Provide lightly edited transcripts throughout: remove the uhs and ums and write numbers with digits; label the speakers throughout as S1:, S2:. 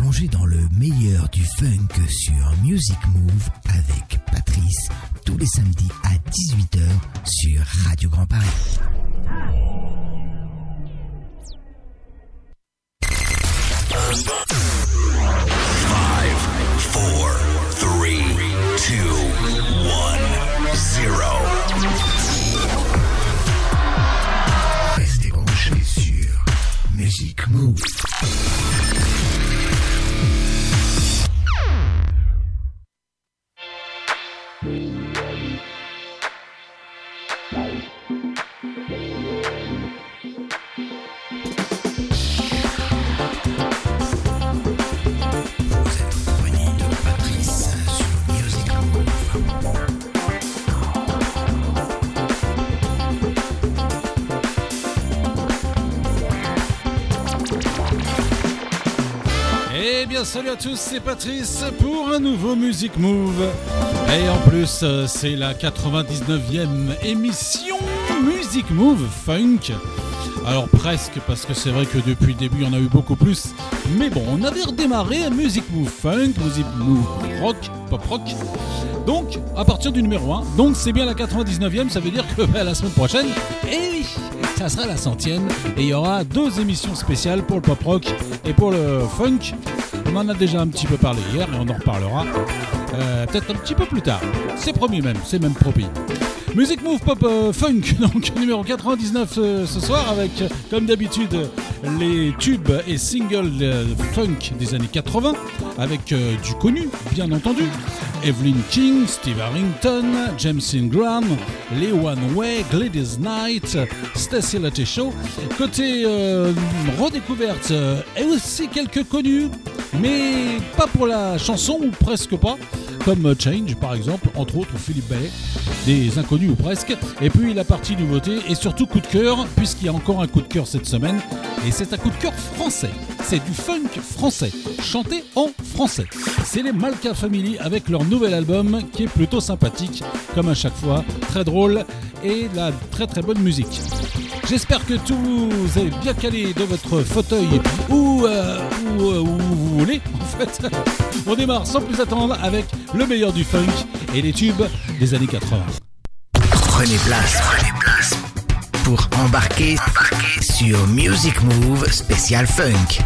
S1: plongez dans le meilleur du funk sur Music Move avec Patrice tous les samedis à 18h sur Radio Grand Paris.
S2: Five, four, three, two, one, zero.
S1: Restez branchés sur Music Move.
S3: Salut à tous, c'est Patrice pour un nouveau Music Move. Et en plus, c'est la 99e émission Music Move Funk. Alors presque, parce que c'est vrai que depuis le début, il y en a eu beaucoup plus. Mais bon, on avait redémarré Music Move Funk, Music Move Rock, Pop Rock. Donc, à partir du numéro 1. Donc, c'est bien la 99e, ça veut dire que la semaine prochaine, et oui, ça sera la 100e. Et il y aura 2 émissions spéciales pour le Pop Rock et pour le Funk. On en a déjà un petit peu parlé hier et on en reparlera peut-être un petit peu plus tard. C'est promis même, c'est même promis. Music Move Pop Funk, donc numéro 99 ce soir avec, comme d'habitude, les tubes et singles funk des années 80 avec du connu, bien entendu. Evelyn King, Steve Harrington, James Ingram, les One Way, Gladys Knight, Stacy Lattichow. Côté redécouverte, et aussi quelques connus, mais pas pour la chanson ou presque pas, comme Change par exemple, entre autres Philippe Ballet, des inconnus ou presque. Et puis la partie nouveauté et surtout coup de cœur, puisqu'il y a encore un coup de cœur cette semaine, et c'est un coup de cœur français. C'est du funk français, chanté en français. C'est les Malka Family avec leur nouvel album qui est plutôt sympathique, comme à chaque fois, très drôle et de la très très bonne musique. J'espère que tout vous avez bien calé dans votre fauteuil où vous voulez en fait. On démarre sans plus attendre avec le meilleur du funk et les tubes des années 80.
S1: Prenez place pour embarquer sur Music Move spécial funk.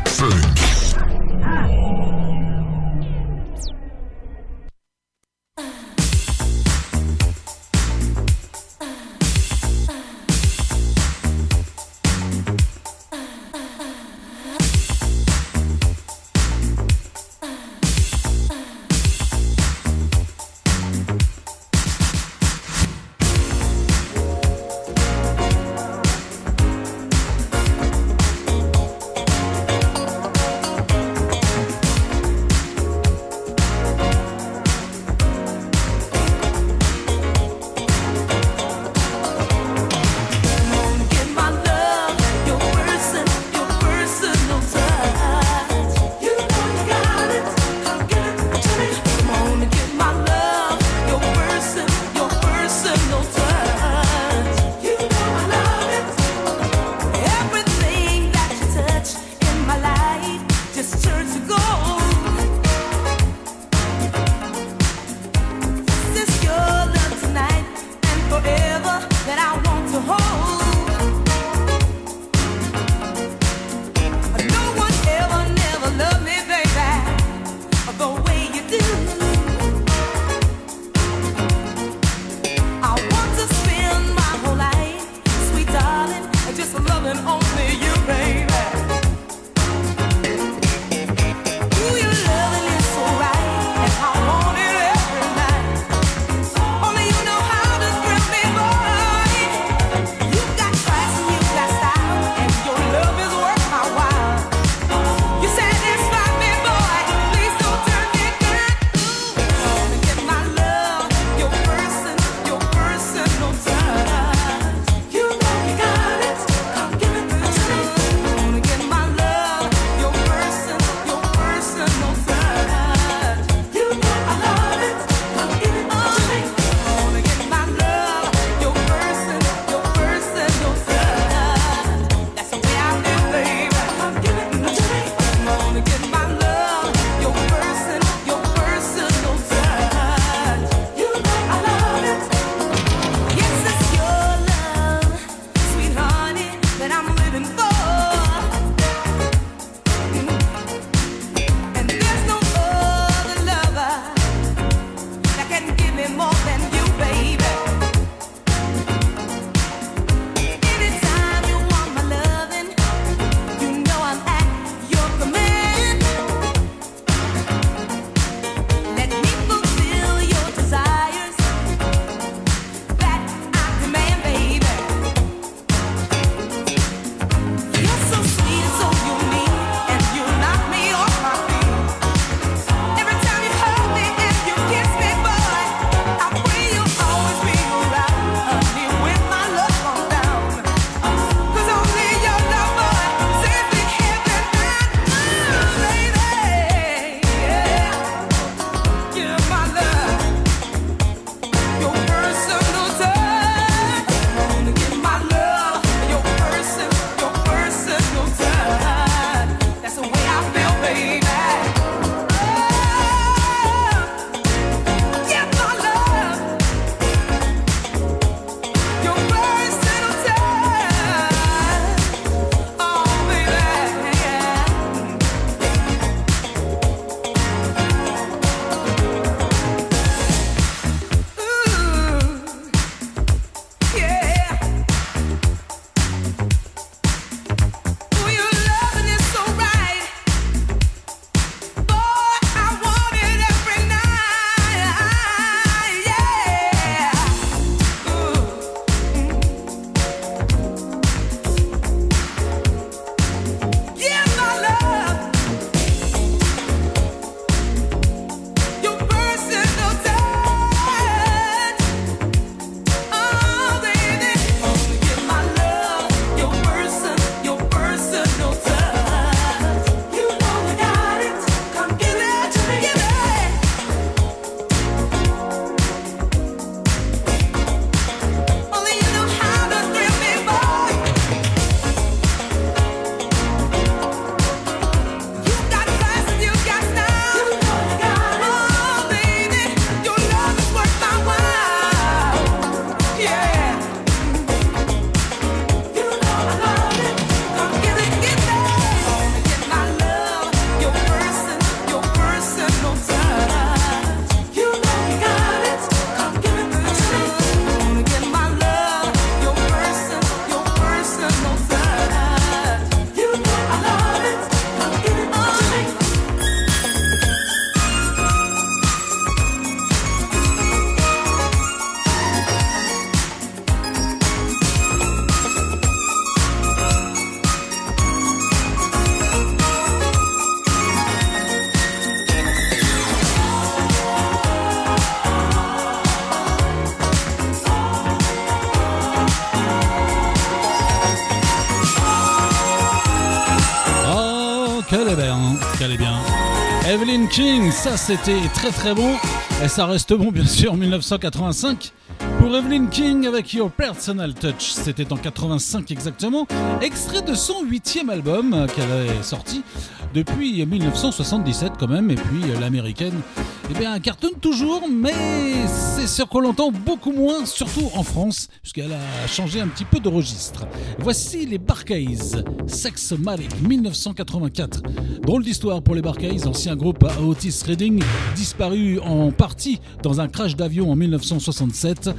S3: qu'elle est bien. Evelyn King, ça c'était très très bon. Et ça reste bon bien sûr, 1985. Pour Evelyn King avec Your Personal Touch, c'était en 85 exactement, extrait de son 8e album qu'elle avait sorti depuis 1977 quand même, et puis l'américaine, eh bien, cartonne toujours, mais c'est sûr qu'on l'entend beaucoup moins, surtout en France, puisqu'elle a changé un petit peu de registre. Voici les Bar-Kays, Sex-O-Matic, 1984. Drôle d'histoire pour les Bar-Kays, ancien groupe à Otis Redding, disparu en partie dans un crash d'avion en 1967.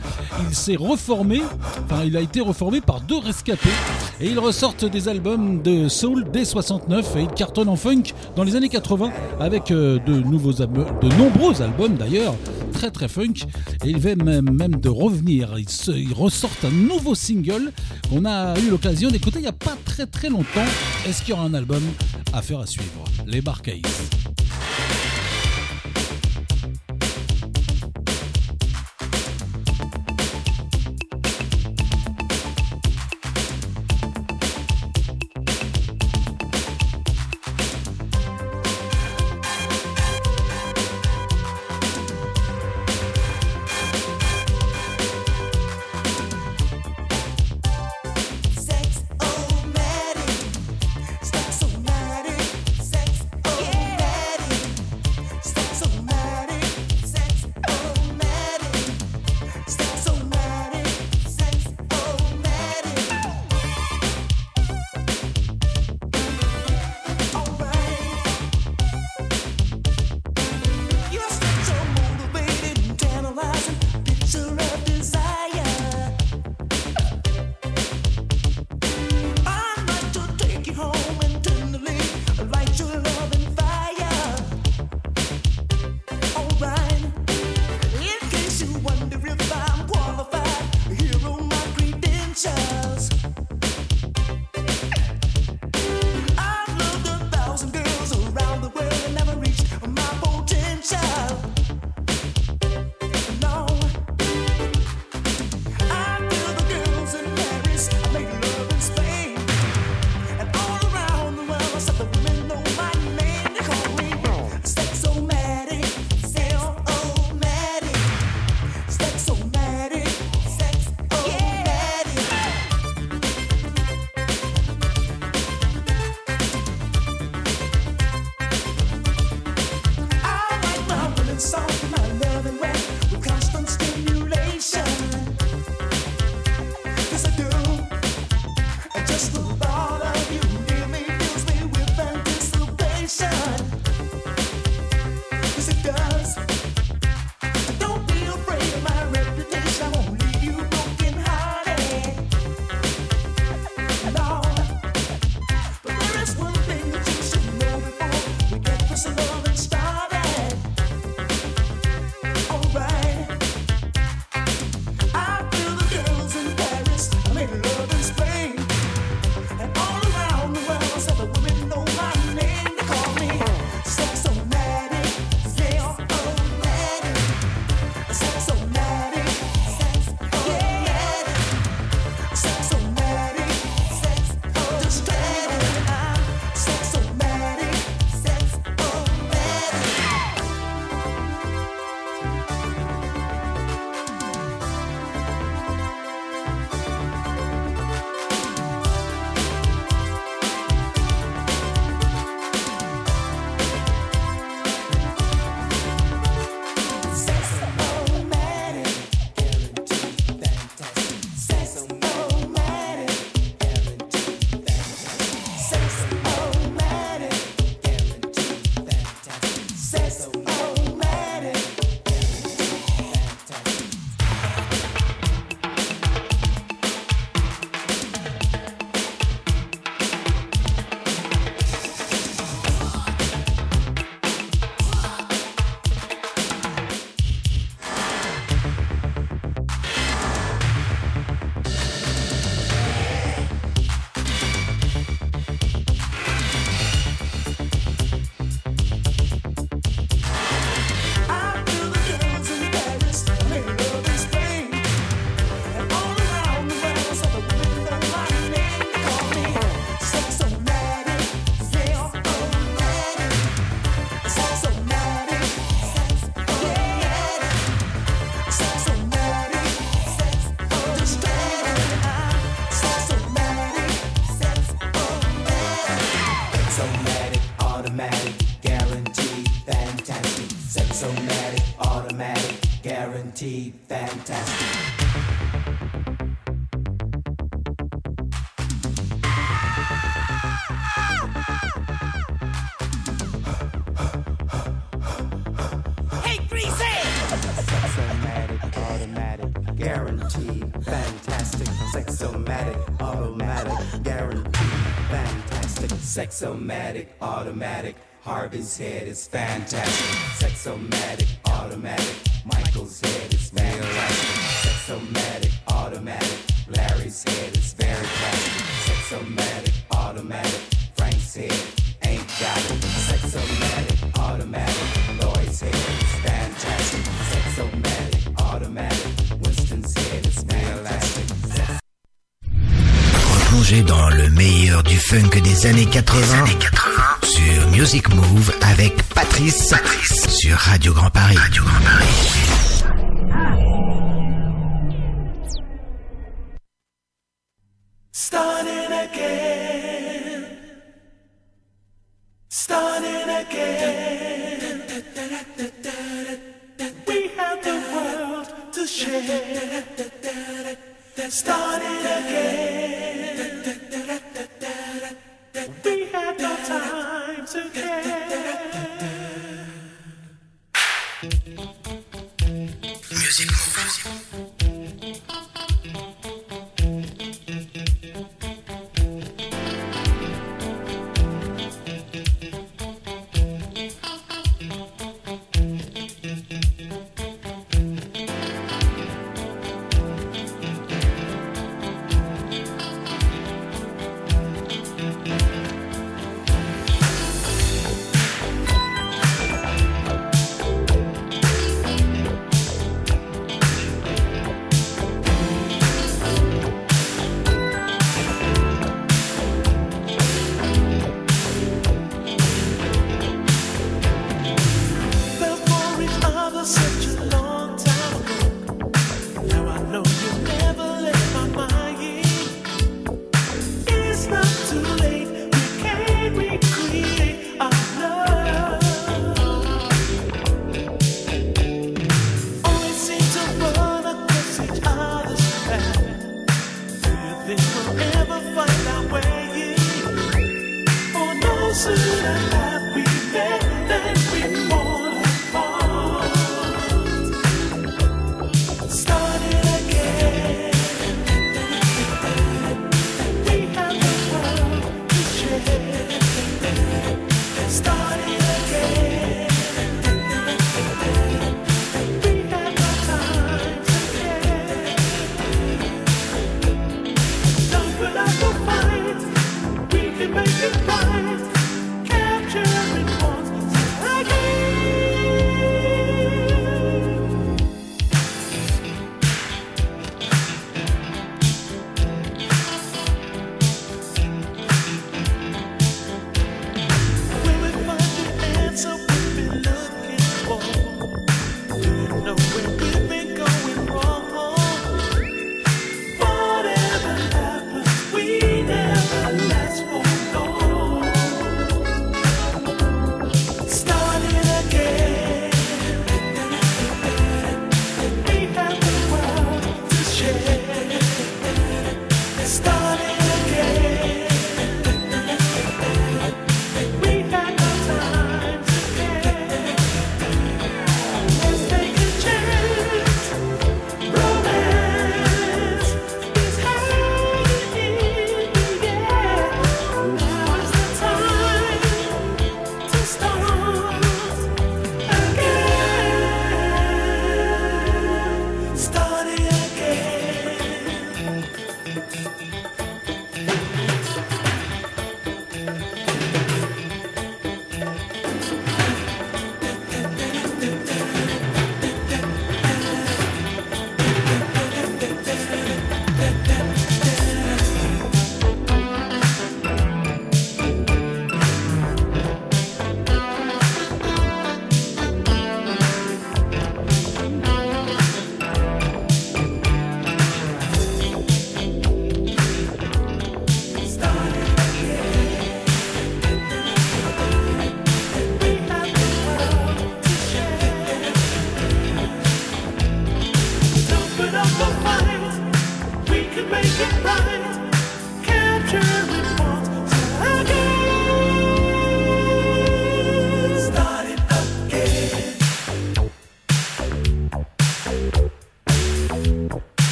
S3: Il a été reformé par 2 rescapés, et ils ressortent des albums de soul dès 69, et ils cartonnent en funk dans les années 80 avec de nombreux albums d'ailleurs très très funk, et ils viennent même de revenir. Ils ressortent un nouveau single qu'on a eu l'occasion d'écouter il n'y a pas très très longtemps. Est-ce qu'il y aura un album? Affaire à suivre. Les Bar-Kays.
S4: And all guaranteed fantastic.
S5: Hey, Greasy!
S4: Sexomatic, automatic, guaranteed fantastic. Sexomatic, automatic, guaranteed fantastic. Sexomatic, automatic, Harvey's head is fantastic. Sexomatic, automatic, Michael's head is fantastic. Sexomatic, automatic, Larry's head is very plastic. Sexomatic, automatic, Frank's head ain't got it. Sexomatic, automatic, Lloyd's head is fantastic. Sexomatic, automatic, Winston's head is fantastic.
S1: Replongez dans le meilleur du funk des années 80, sur Music Move avec Patrice sur Radio Grand Paris.
S4: Starting again. We have the world to share. Starting again. We have no time to care.
S1: Music Move.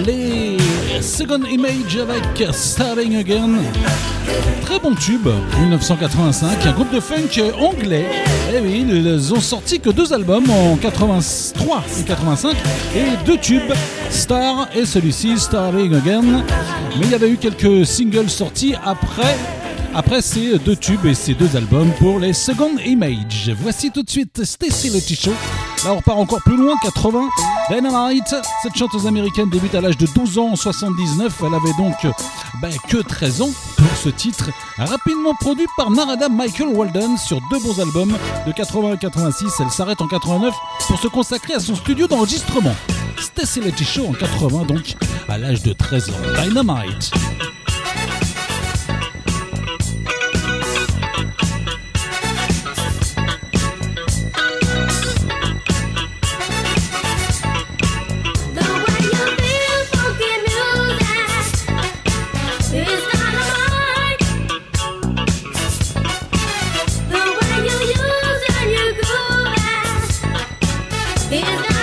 S3: les Second Image avec Starting Again. Très bon tube, 1985, un groupe de funk anglais. Et oui, ils ont sorti que 2 albums en 83 et 85 et 2 tubes, Star et celui-ci, Starting Again. Mais il y avait eu quelques singles sortis après ces 2 tubes et ces 2 albums pour les Second Image. Voici tout de suite Stacey Show. Là on repart encore plus loin, 80. Dynamite, cette chanteuse américaine débute à l'âge de 12 ans en 79. Elle avait donc que 13 ans pour ce titre. Rapidement produit par Narada Michael Walden sur 2 bons albums de 80 et 86. Elle s'arrête en 89 pour se consacrer à son studio d'enregistrement. Stacey Show en 80 donc à l'âge de 13 ans. Dynamite.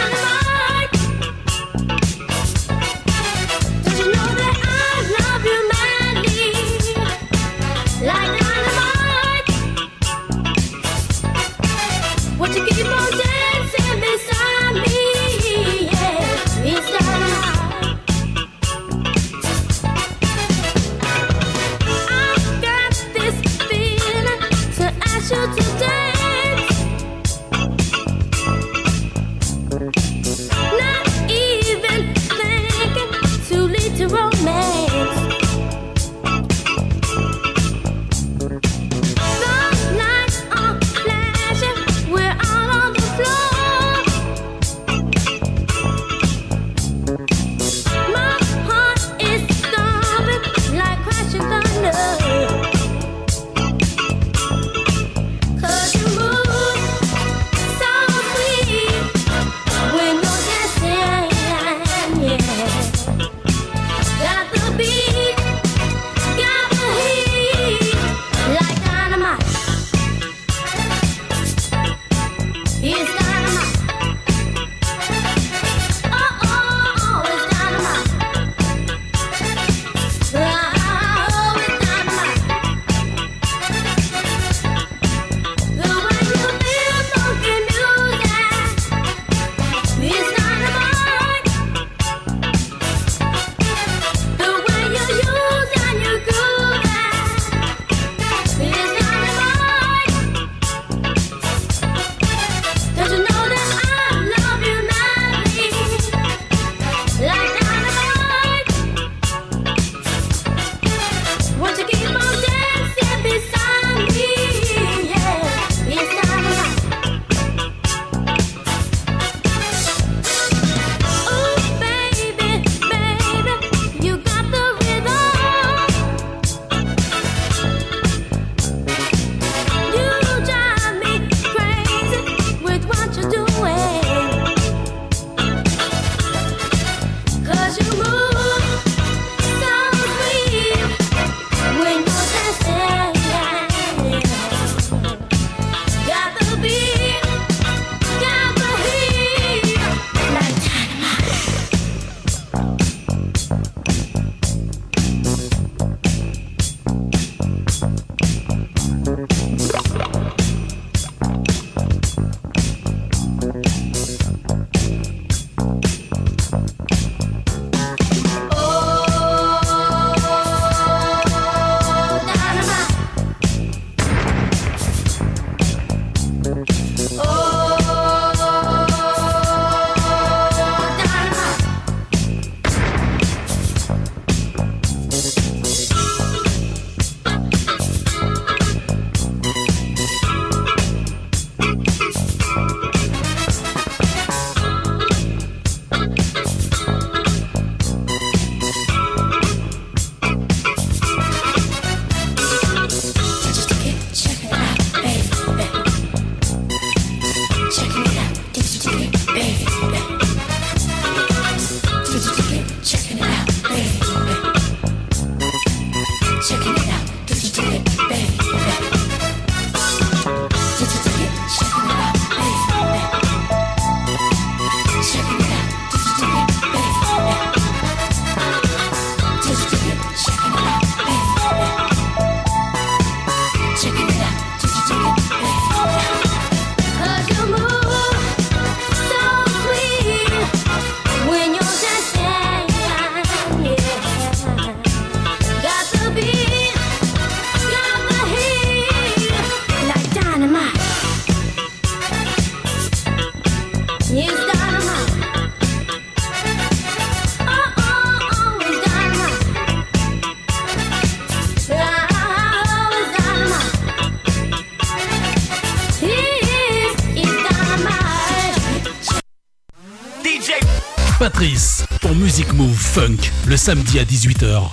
S6: Don't you know that I love you? Patrice pour Music Move Funk le samedi à 18h.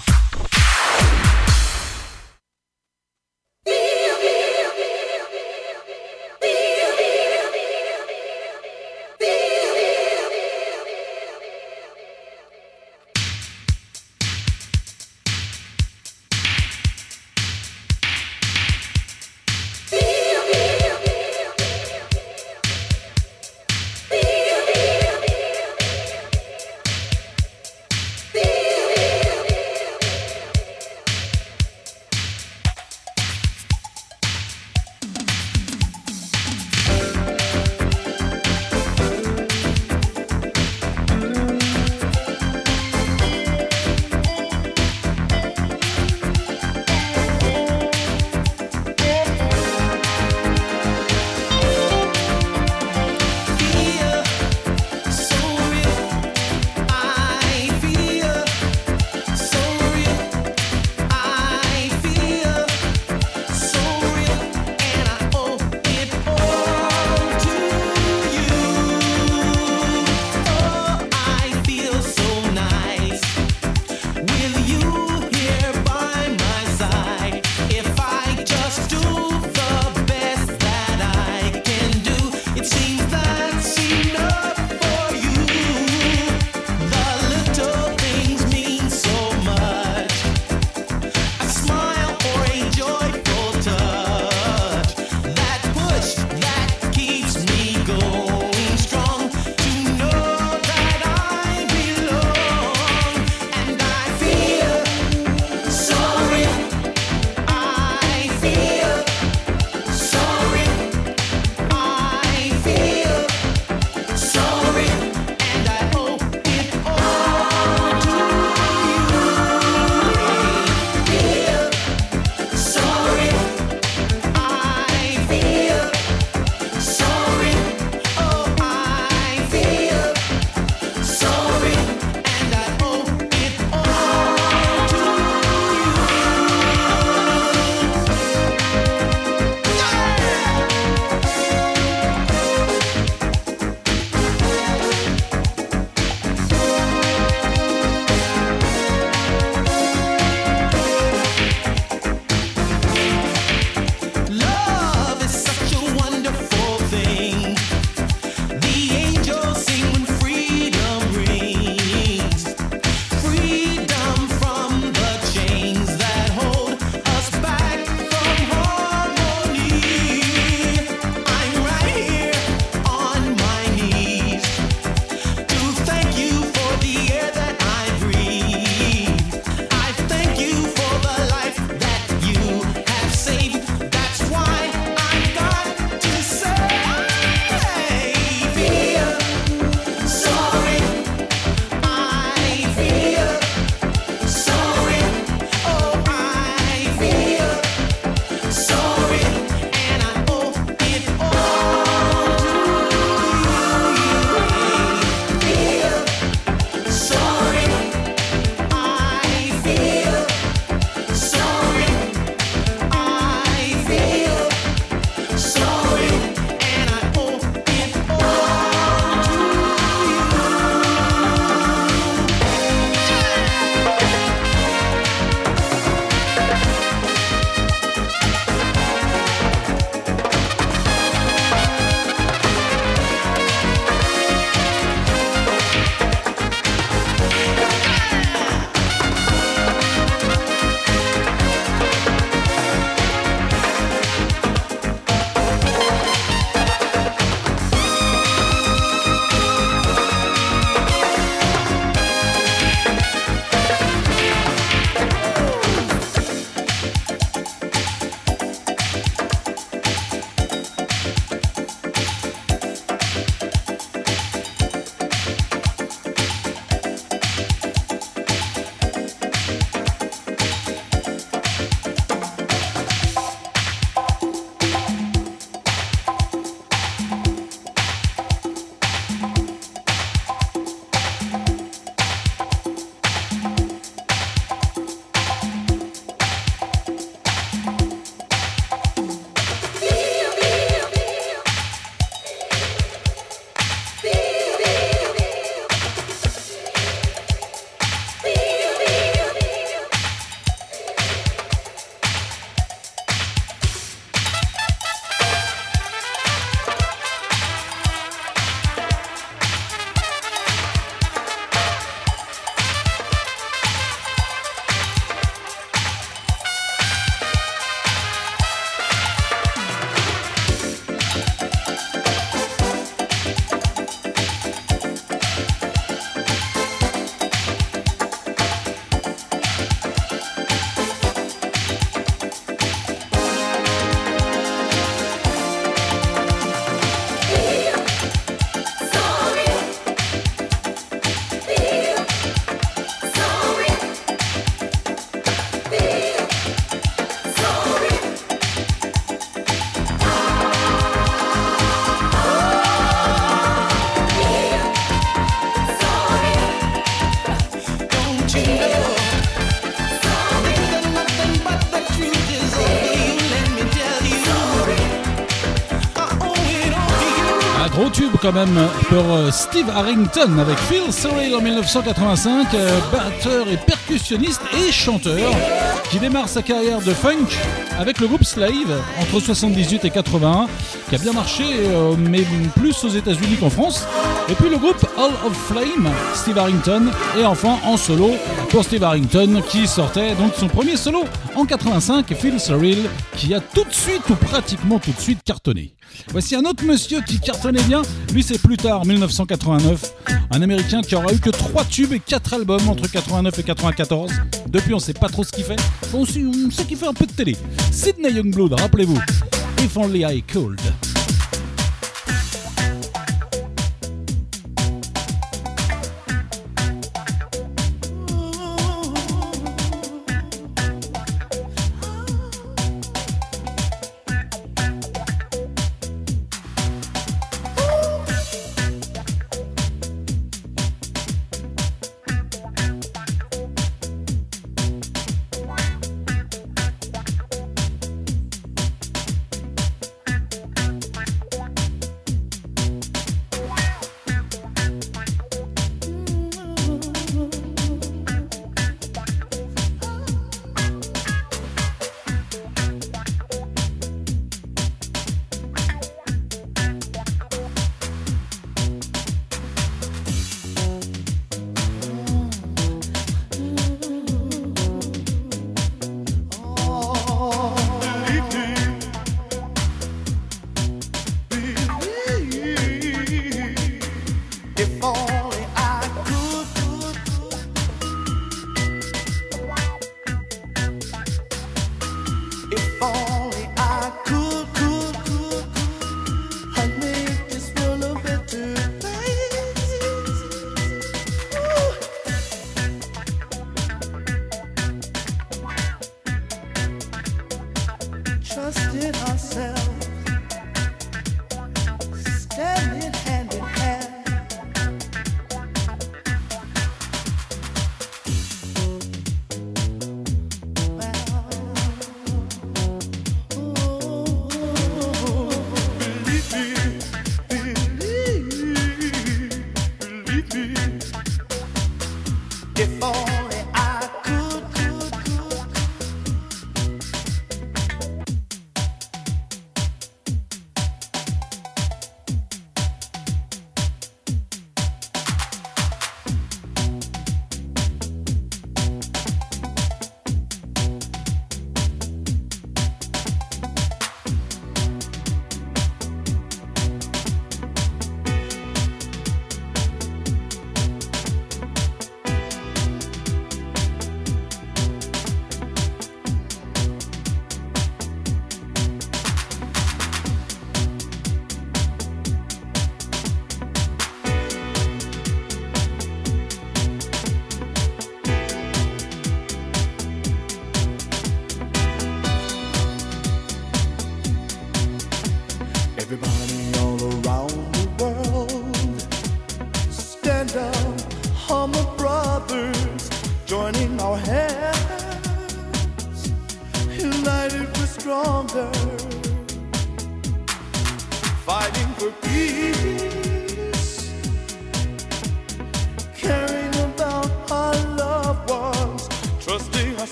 S3: Gros tube quand même pour Steve Harrington avec Phil Surreal en 1985, batteur et percussionniste et chanteur qui démarre sa carrière de funk avec le groupe Slave entre 78 et 81, qui a bien marché mais plus aux États-Unis qu'en France. Et puis le groupe Hall of Flame, Steve Harrington, et enfin en solo pour Steve Harrington qui sortait donc son premier solo en 85, Phil Surreal, qui a tout de suite ou pratiquement tout de suite cartonné. Voici un autre monsieur qui cartonnait bien, lui c'est plus tard, 1989, un américain qui aura eu que 3 tubes et 4 albums entre 89 et 94. Depuis on sait pas trop ce qu'il fait, on sait qu'il fait un peu de télé. Sydney Youngblood, rappelez-vous, If Only I Could.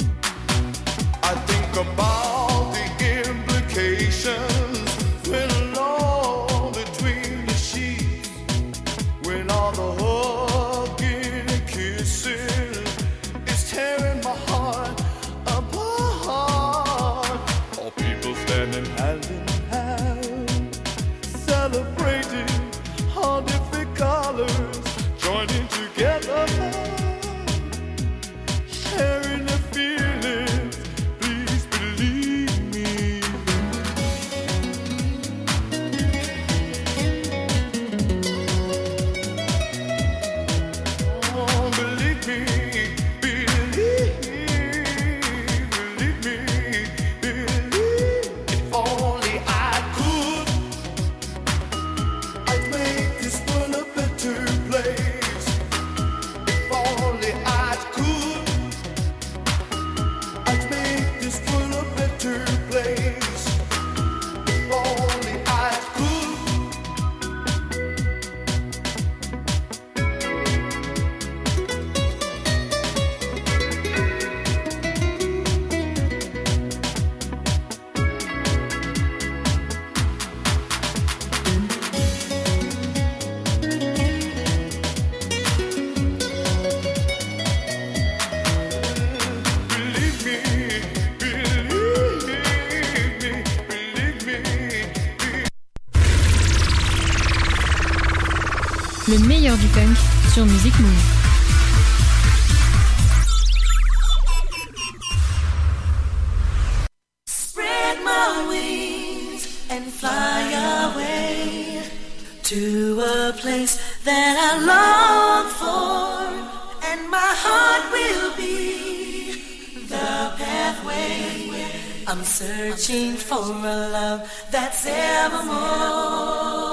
S7: About the implications when Le meilleur du funk sur Music Move.
S4: Spread my wings and fly away to a place that I long for, and my heart will be the pathway. I'm searching for a love that's evermore.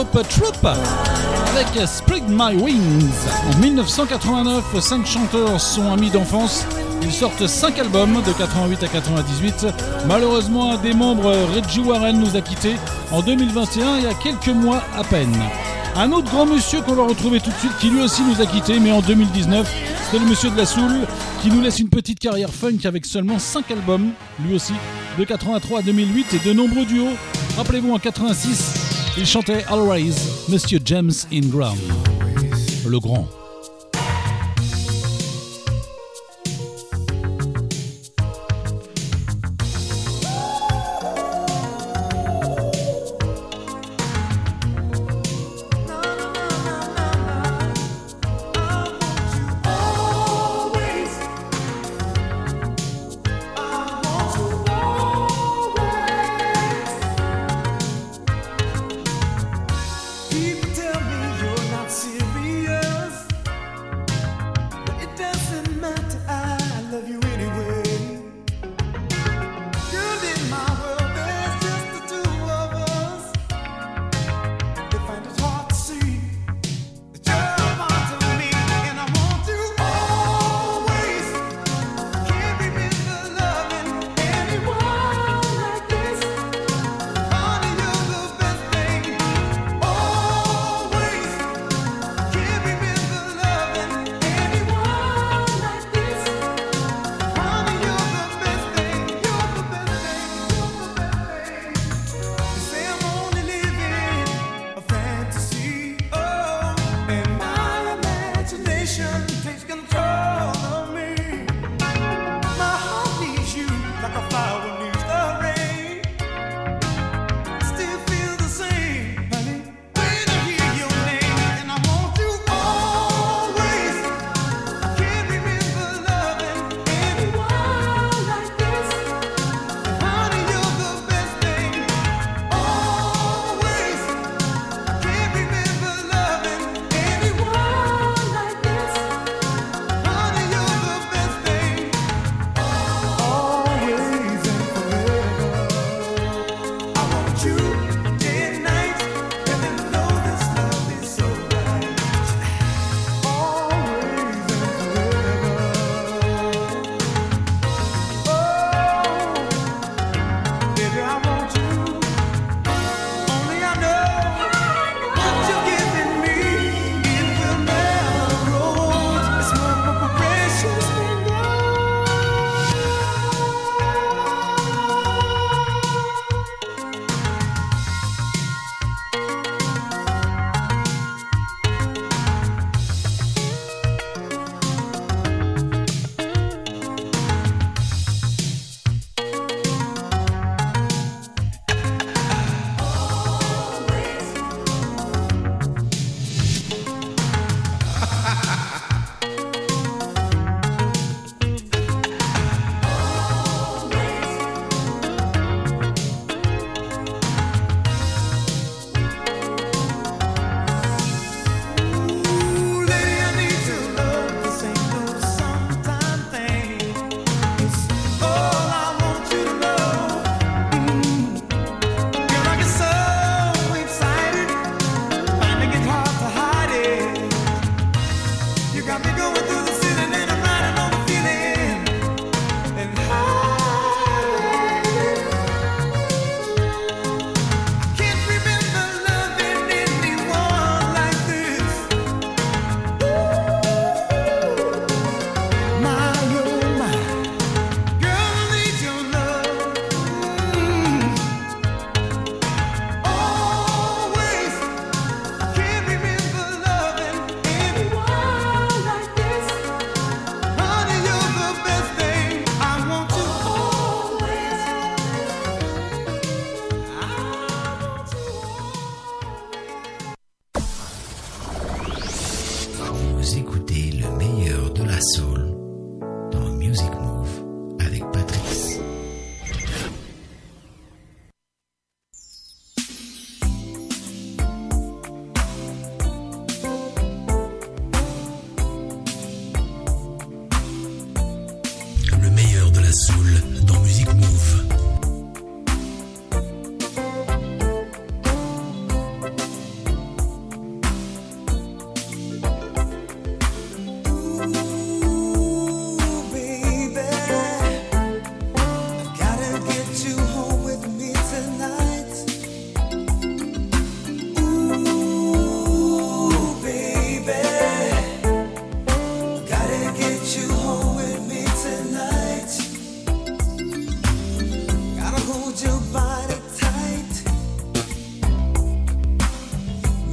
S3: Troop avec Spread My Wings. En 1989, 5 chanteurs sont amis d'enfance. Ils sortent 5 albums de 88 à 98. Malheureusement, un des membres, Reggie Warren, nous a quittés en 2021, il y a quelques mois à peine. Un autre grand monsieur qu'on va retrouver tout de suite, qui lui aussi nous a quittés, mais en 2019, c'était le monsieur de la Soul, qui nous laisse une petite carrière funk avec seulement 5 albums, lui aussi, de 83 à 2008 et de nombreux duos. Rappelez-vous, en 86, il chantait Always, Monsieur James Ingram, le grand.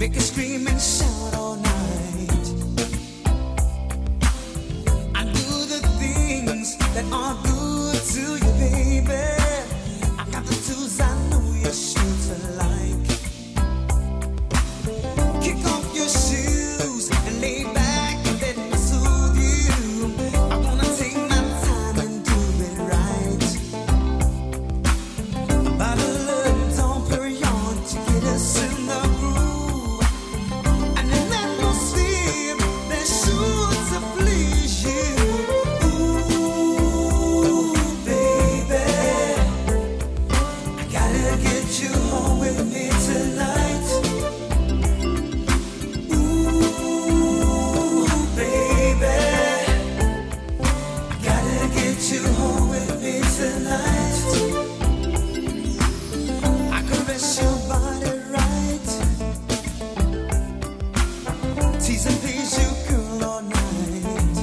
S8: Make her scream and shout all night. I do the things that are good to you, baby. I got the tools I know you're sure to like. Kick off your shoes and lay back and let me soothe you. I wanna take my time and do it right. About a little Dom Perignon to get us in the groove. And an atmosphere that's sure to please you. Ooh, baby, I gotta get you home with me tonight. Ooh, baby, I gotta get you home with me tonight. I caress your body right, tease and please you, girl, all night.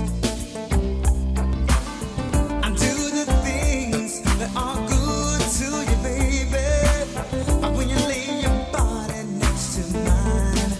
S8: I do the things that are good to you, baby. When you lay your body next to mine,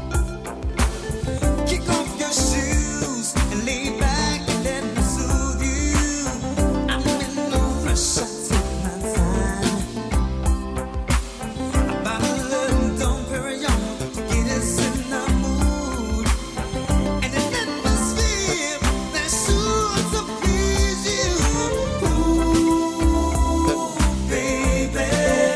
S8: kick off your shoes and lay back and let me soothe you. I'm in no rush, I take my time. About a little Dom Perignon to get us in the mood. And an atmosphere that's sure to please you. Ooh, baby,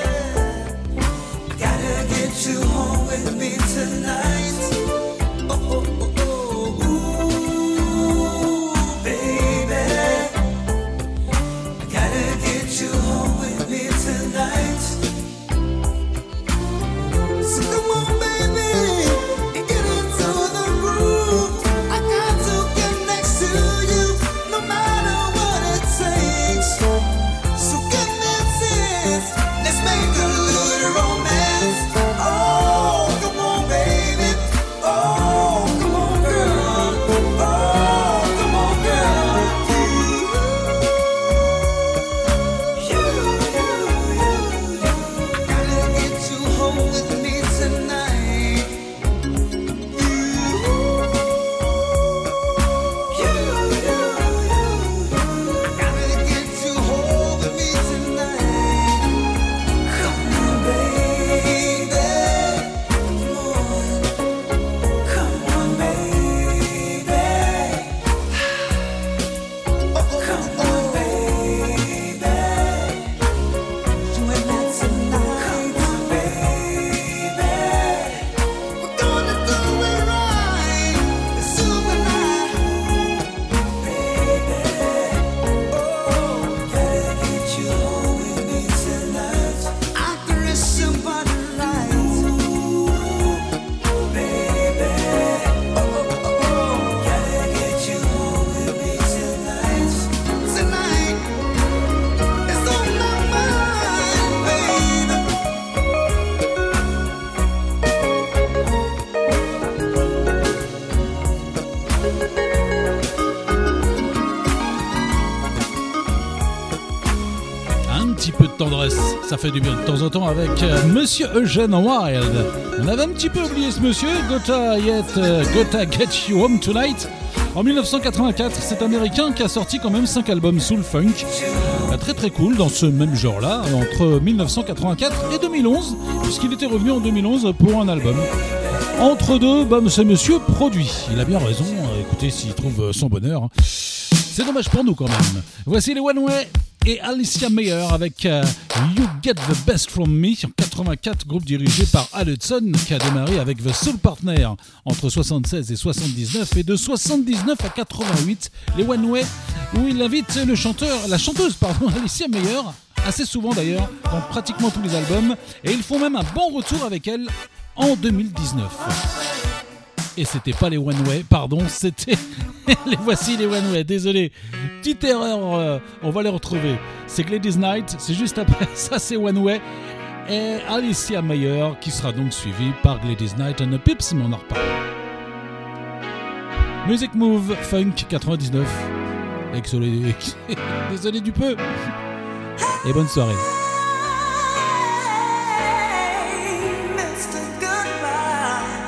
S8: gotta get you home with me tonight. Oh, oh, oh, oh. Ooh, baby, gotta get you home with me tonight. So come on, baby, and get into the groove. I got to get next to you, no matter what it takes. So give me a chance, let's make a little romance. Oh, come on, baby. Oh, come on, girl. Oh, come on, girl. You. Gotta get you home with me tonight. You. Gotta get you home with me tonight. Come on, baby. Come on, baby. Oh, come on, baby. You and I tonight. Come on, baby. We're gonna do it right. It's super night, baby. Oh, gotta get you home with me tonight. I caress your body right. Ooh, baby. Oh, oh, oh, oh. Gotta get you home with me tonight. Tonight, it's on my mind, baby.
S3: Un petit peu de tendresse, ça fait du bien de temps en temps avec Monsieur Eugene Wilde. On avait un petit peu oublié ce monsieur, Gotta Get You Home Tonight. En 1984, c'est américain qui a sorti quand même 5 albums soul funk. Très très cool dans ce même genre-là, entre 1984 et 2011, puisqu'il était revenu en 2011 pour un album. Entre deux, ce monsieur produit. Il a bien raison, écoutez, s'il trouve son bonheur. C'est dommage pour nous quand même. Voici les One Way et Alicia Meyer avec You Get the Best From Me en 84, groupe dirigé par Al Hudson qui a démarré avec The Soul Partner entre 76 et 79 et de 79 à 88, les One Way, où il invite la chanteuse Alicia Meyer, assez souvent d'ailleurs, dans pratiquement tous les albums, et ils font même un bon retour avec elle en 2019. Et c'était pas les One Way, pardon, c'était voici les One Way, désolé, petite erreur, on va les retrouver. C'est Gladys Knight, c'est juste après, ça c'est One Way, et Alicia Meyer qui sera donc suivie par Gladys Knight and the Pips, mais on en reparle. Music Move, Funk 99, désolé du peu, et bonne soirée.
S8: Mr. Goodbye.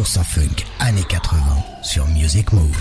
S1: 100% funk années 80 sur Music Move.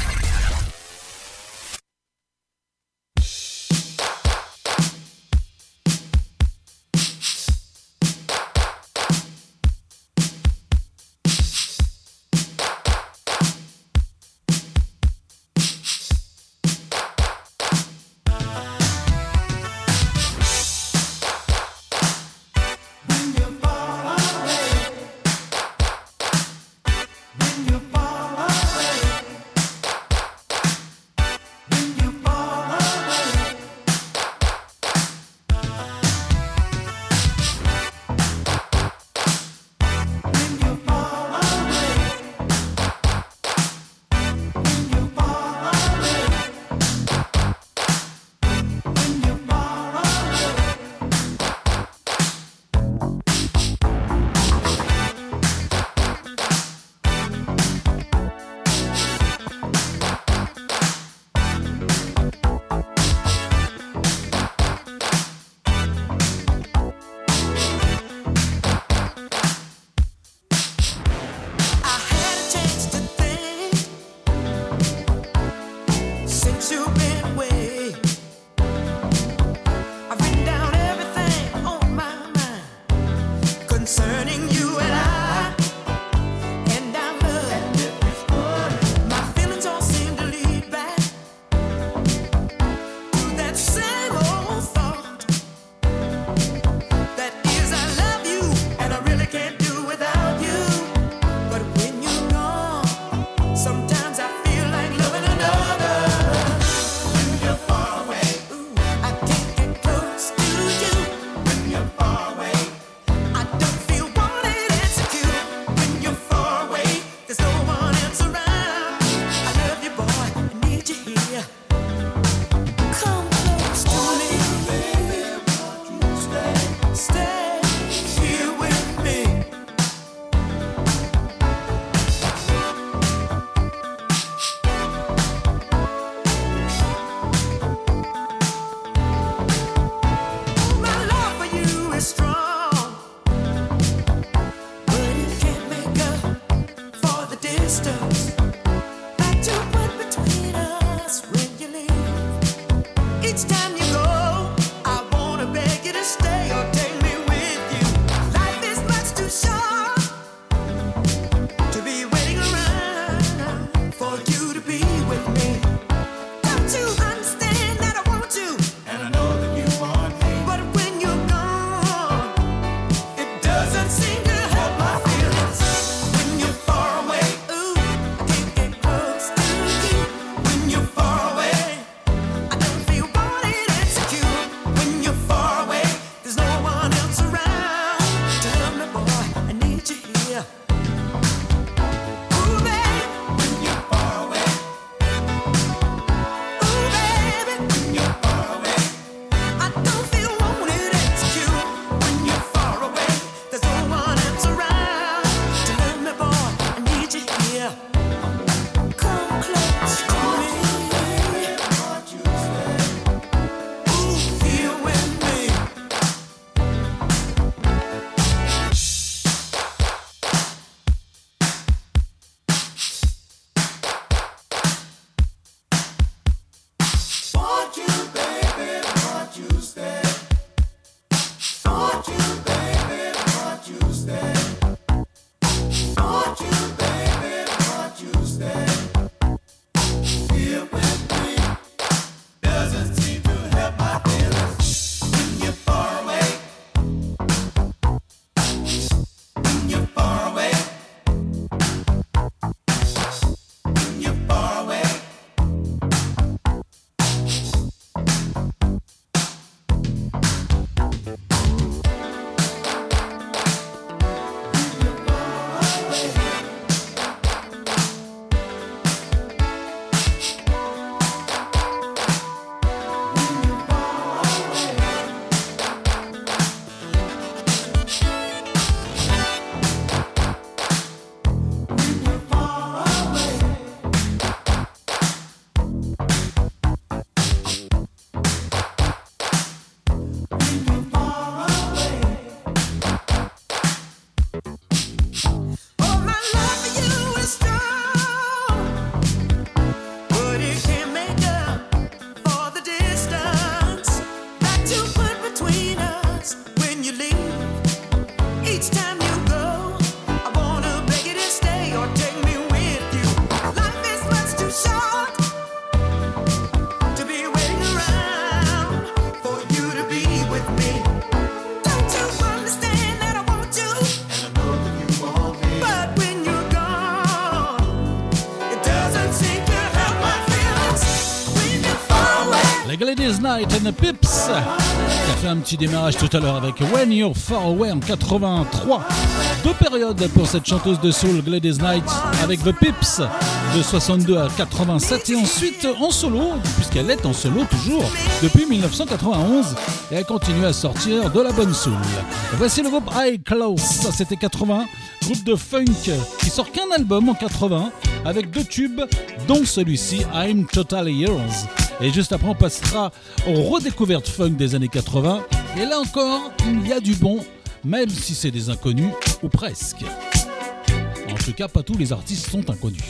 S3: Les Gladys Knight and the Pips, qui a fait un petit démarrage tout à l'heure avec When You're Far Away en 83. Deux périodes pour cette chanteuse de soul Gladys Knight avec The Pips de 62 à 87 et ensuite en solo, puisqu'elle est en solo toujours depuis 1991 et elle continue à sortir de la bonne soul. Et voici le groupe High Close, ça c'était 80, groupe de funk qui sort qu'un album en 80 avec deux tubes dont celui-ci I'm Totally Yours. Et juste après on passera aux redécouvertes funk des années 80 et là encore il y a du bon, même si c'est des inconnus ou presque. En tout cas pas tous les artistes sont inconnus.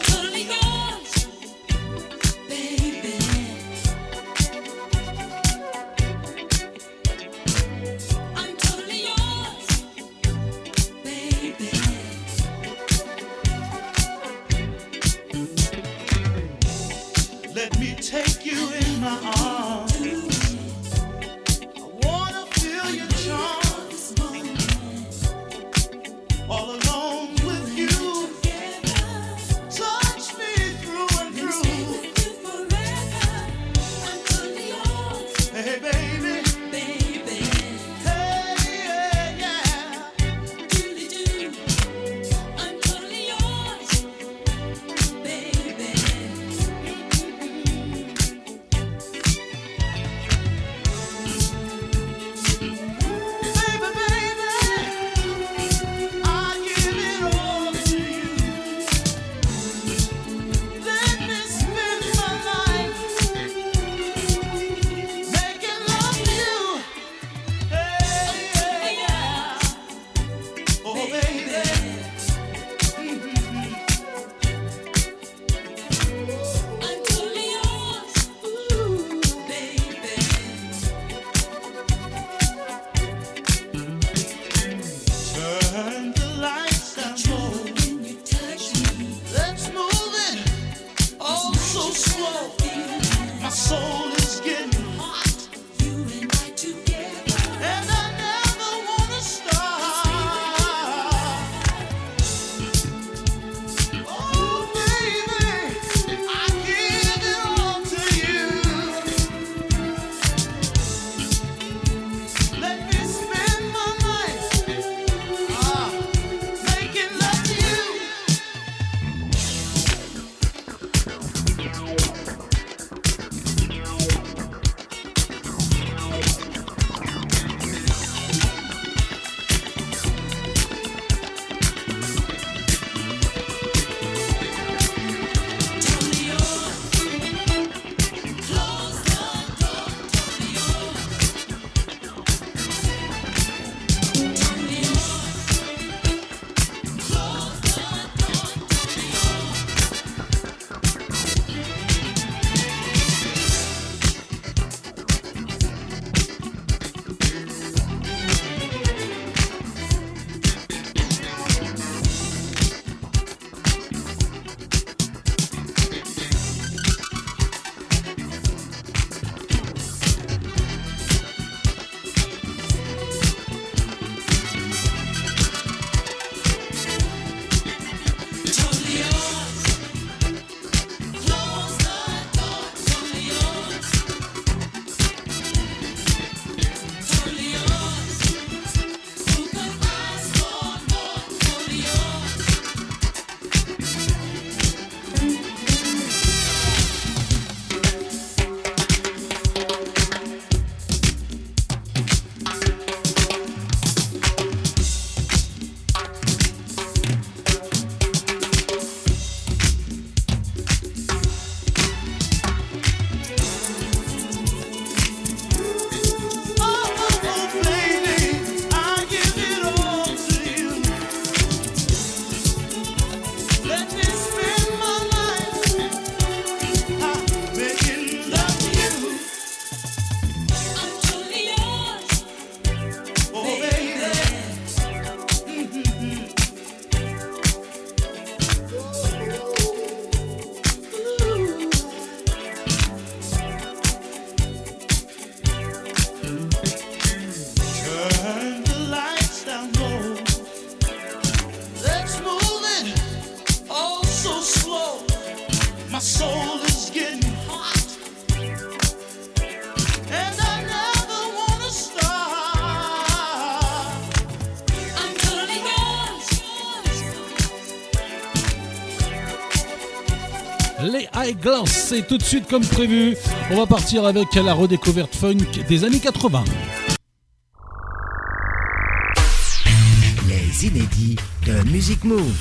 S4: Take you in my arms. I wanna feel your charms. All alone with you. Touch me through and through. Hey baby. Hey yeah. I'm totally yours, baby.
S3: Eyeglass. C'est tout de suite comme prévu. On va partir avec la redécouverte funk des années 80.
S1: Les inédits de Music Move.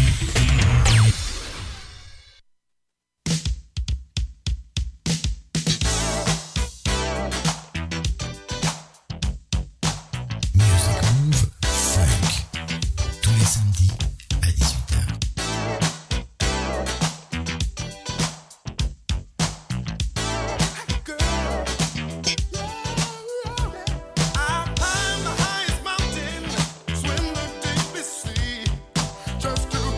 S8: Just to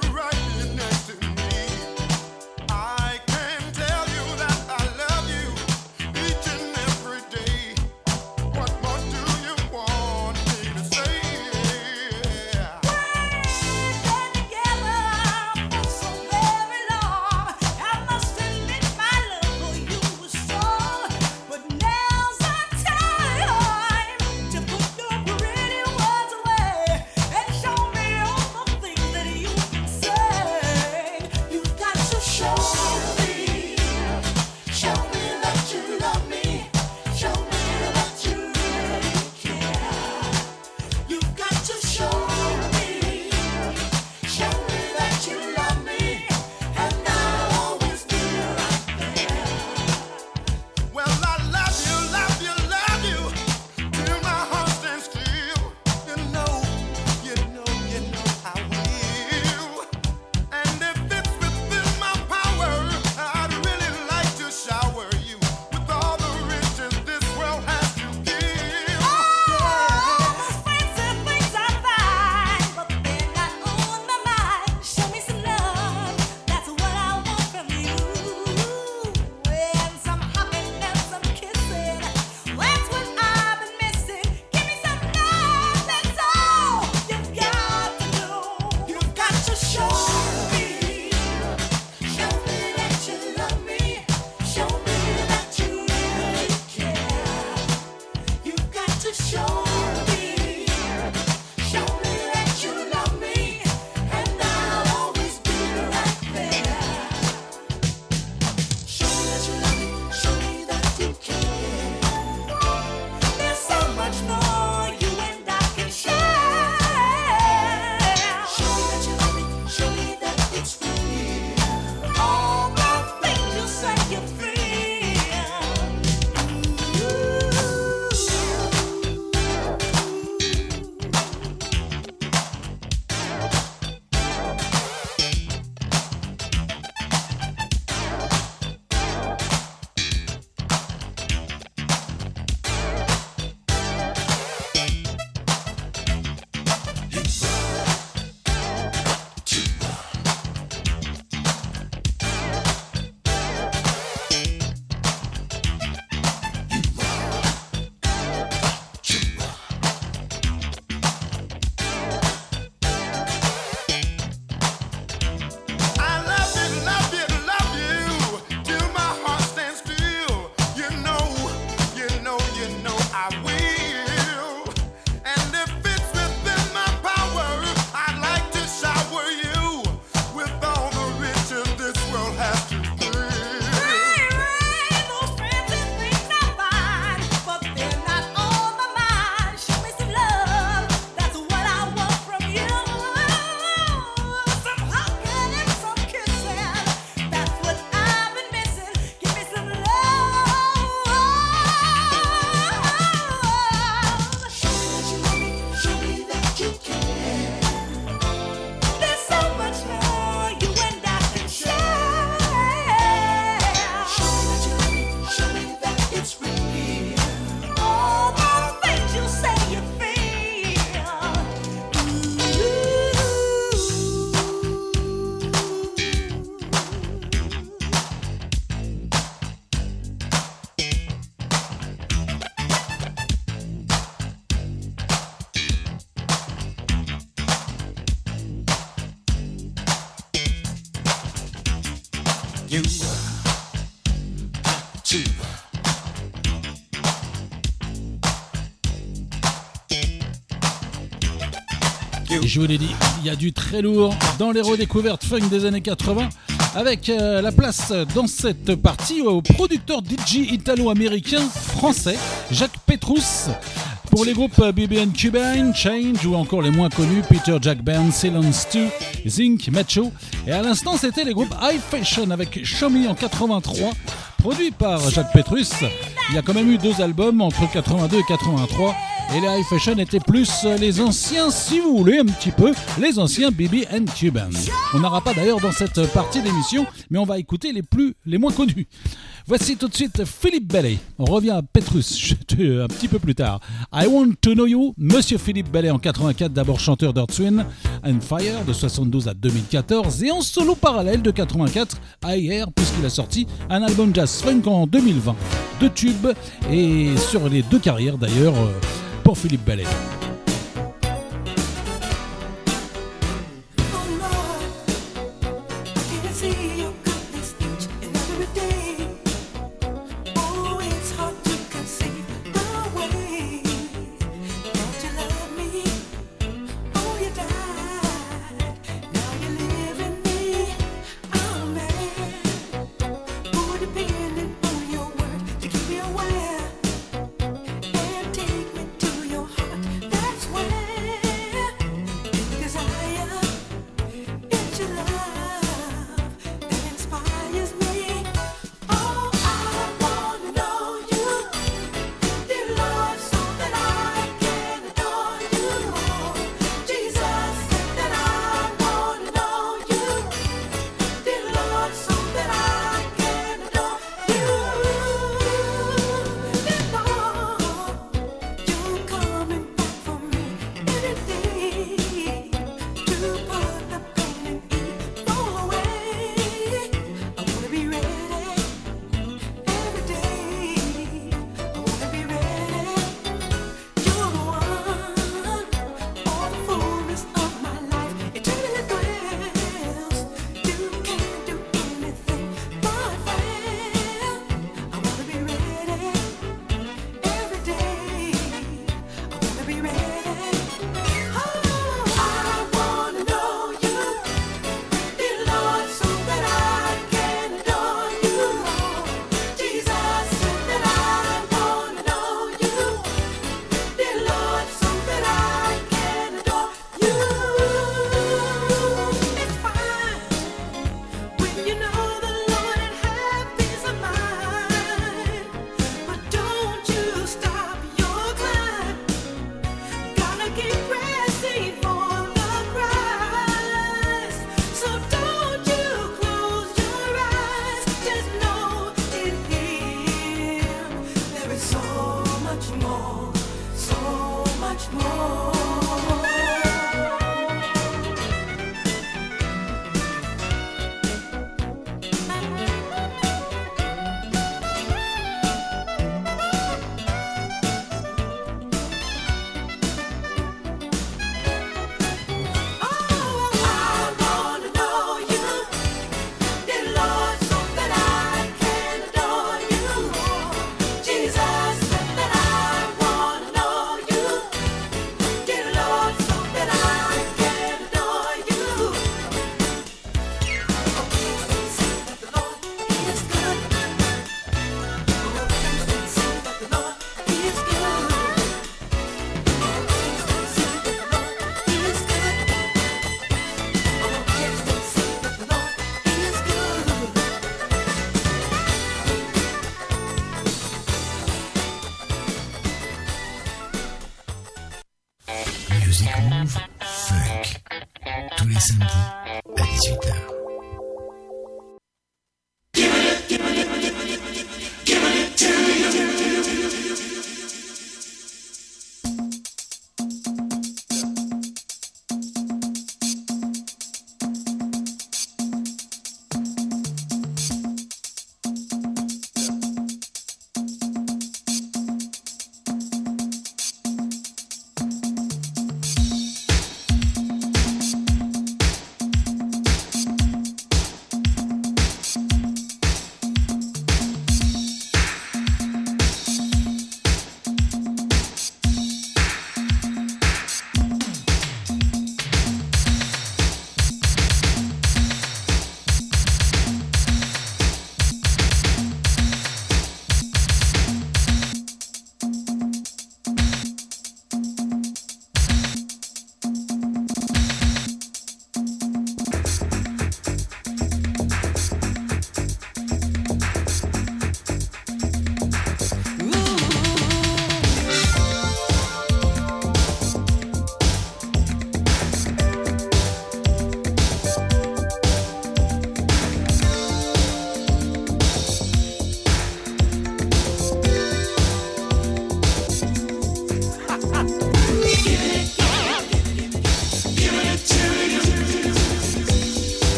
S9: You got to.
S3: Et je vous l'ai dit, il y a du très lourd dans les redécouvertes funk des années 80. avec la place dans cette partie au producteur DJ italo-américain français Jacques Petrus. Pour les groupes BB & Cubine, Change ou encore les moins connus Peter Jack Band, Ceylon Stew, Zinc, Macho. Et à l'instant c'était les groupes High Fashion avec Show Me en 83, produit par Jacques Petrus. Il y a quand même eu 2 albums entre 82 et 83. Et les High Fashion étaient plus les anciens, si vous voulez, un petit peu, les anciens BB & Cubine. On n'aura pas d'ailleurs dans cette partie d'émission, mais on va écouter les moins connus. Voici tout de suite Philippe Bellet. On revient à Petrus un petit peu plus tard. I Want to Know You, Monsieur Philippe Bellet en 84, d'abord chanteur d'Earth, Wind & Fire de 72 à 2014 et en solo parallèle de 84 à hier puisqu'il a sorti un album jazz funk en 2020. 2 tubes et sur les 2 carrières d'ailleurs pour Philippe Bellet.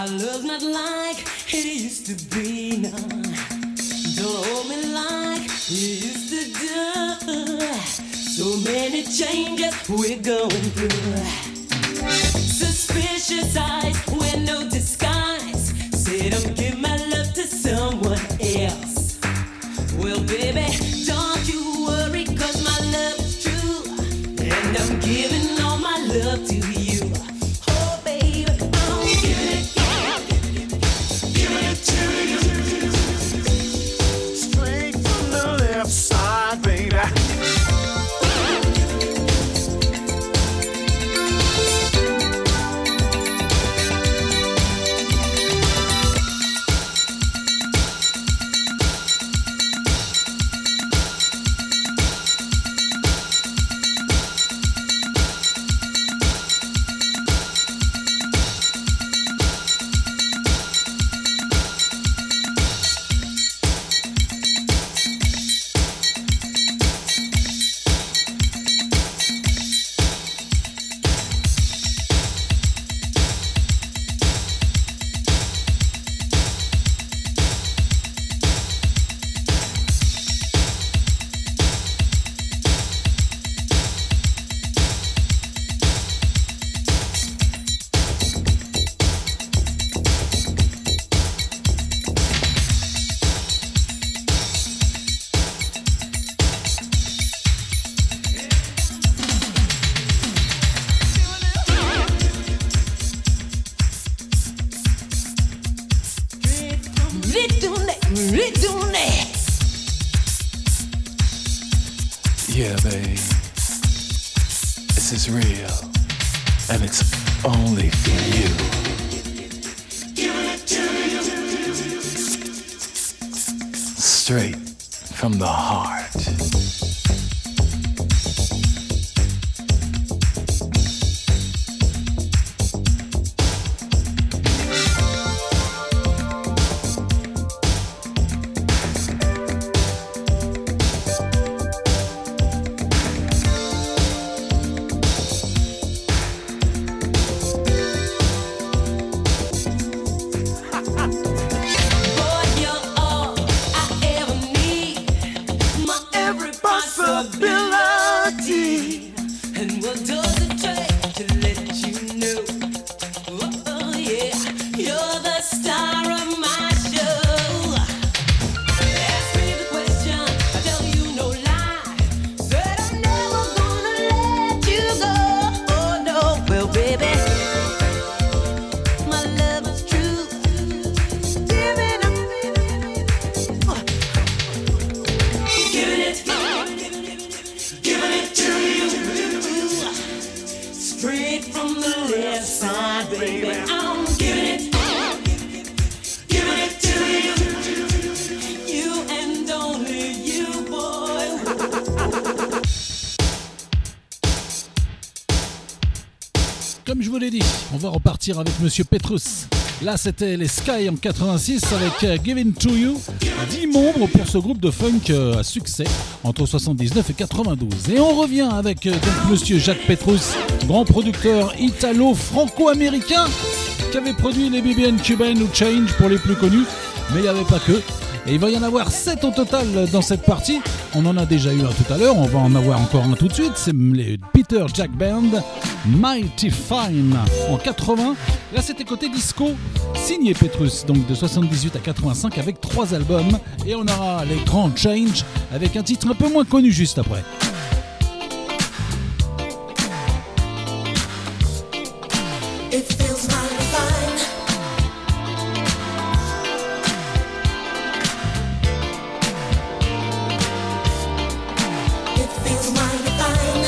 S10: Our love's not like it used to be now. Don't hold me like you used to do. So many changes we're going through. Suspicious eyes with no disguise. Say don't give my love to someone else. Well baby, don't you worry, cause my love is true. And I'm giving all my love to you. Oh baby, I'm giving it to you.
S9: Straight from the left side, baby.
S11: Yeah, babe. This is real. And it's only for you. Straight from the heart.
S3: Comme je vous l'ai dit, on va repartir avec Monsieur Petrus. Là, c'était les Sky en 86 avec Giving to You. 10 membres pour ce groupe de funk à succès entre 79 et 92. Et on revient avec donc Monsieur Jacques Petrus, grand producteur italo-franco-américain qui avait produit les BB & Cuban ou Change pour les plus connus. Mais il n'y avait pas que. Et il va y en avoir 7 au total dans cette partie. On en a déjà eu un tout à l'heure, on va en avoir encore un tout de suite. C'est les Peter Jack Band, Mighty Fine en 80. Là c'était côté disco, signé Petrus, donc de 78 à 85 avec 3 albums. Et on aura les grands Change avec un titre un peu moins connu juste après.
S8: It feels mighty fine. It feels mighty fine.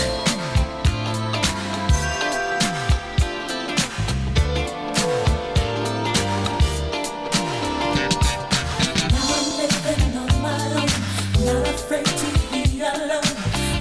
S8: Now I'm living on my own, not afraid to be alone.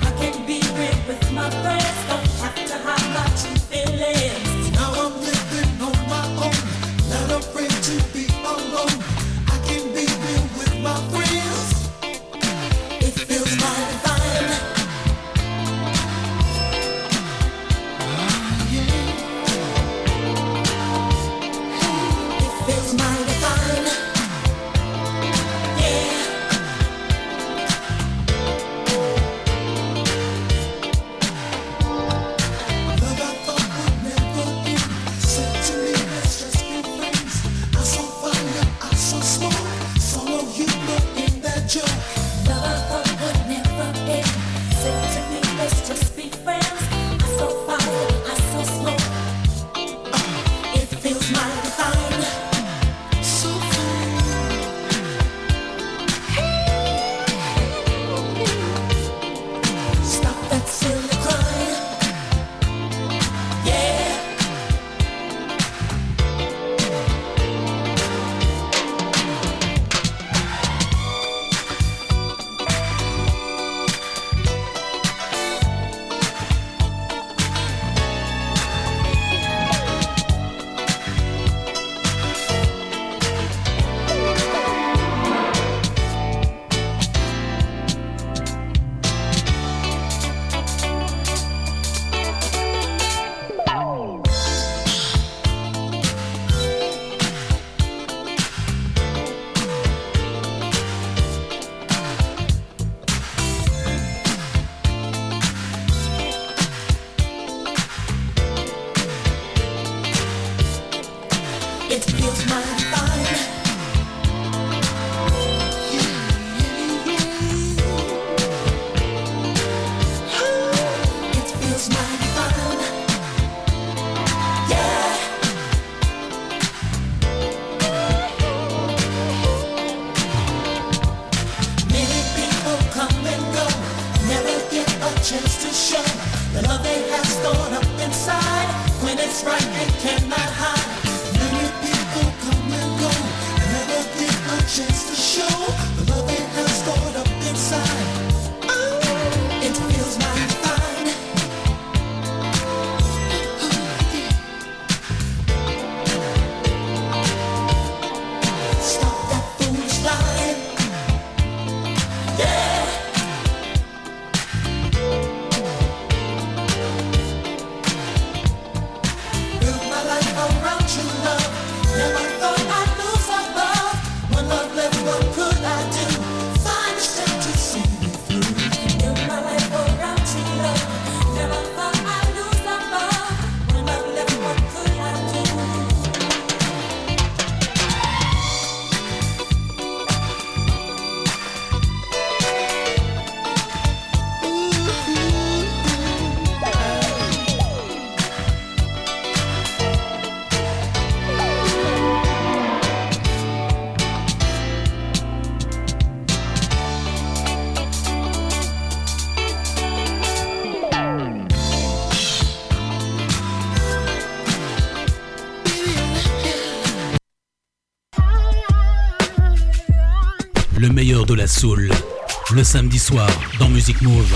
S6: Le meilleur de la soul, le samedi soir dans Music Move.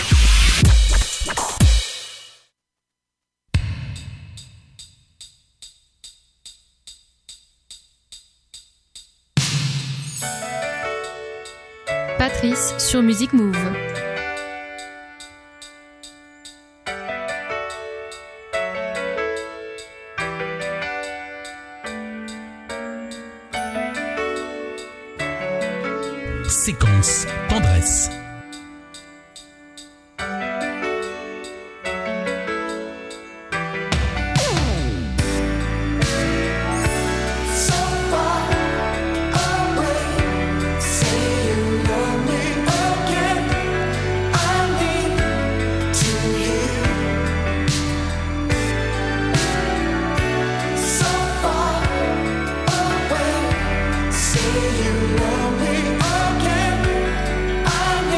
S7: Patrice sur Music Move.
S6: Séquence tendresse.
S8: Say you love me again. I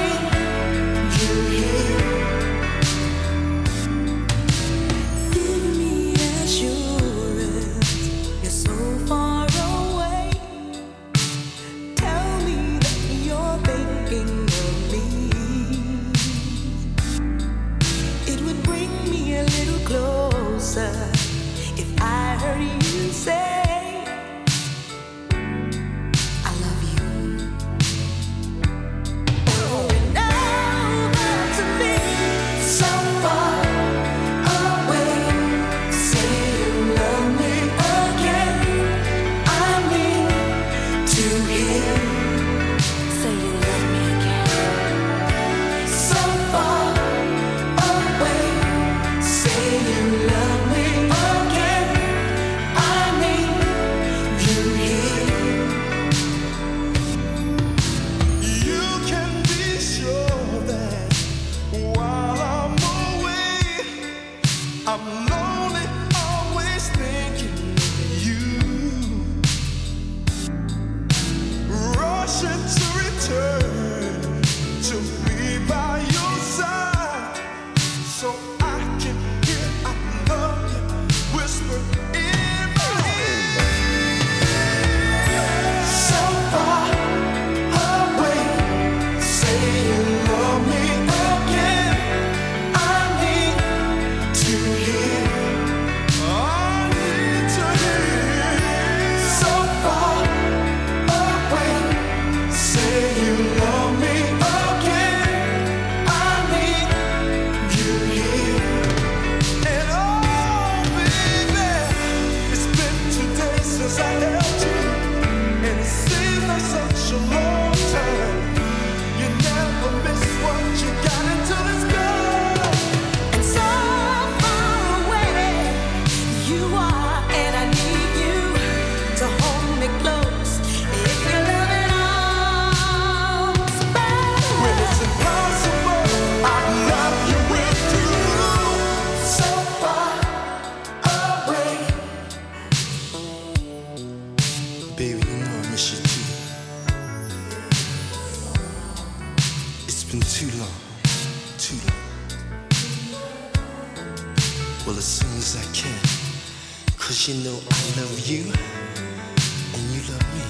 S12: taking too long, too long. Well, as soon as I can, 'cause you know I love you and you love me.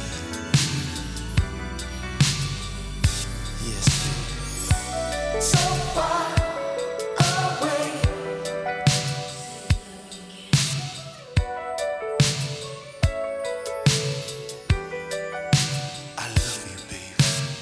S12: Yes, baby. So far away. I love you, baby.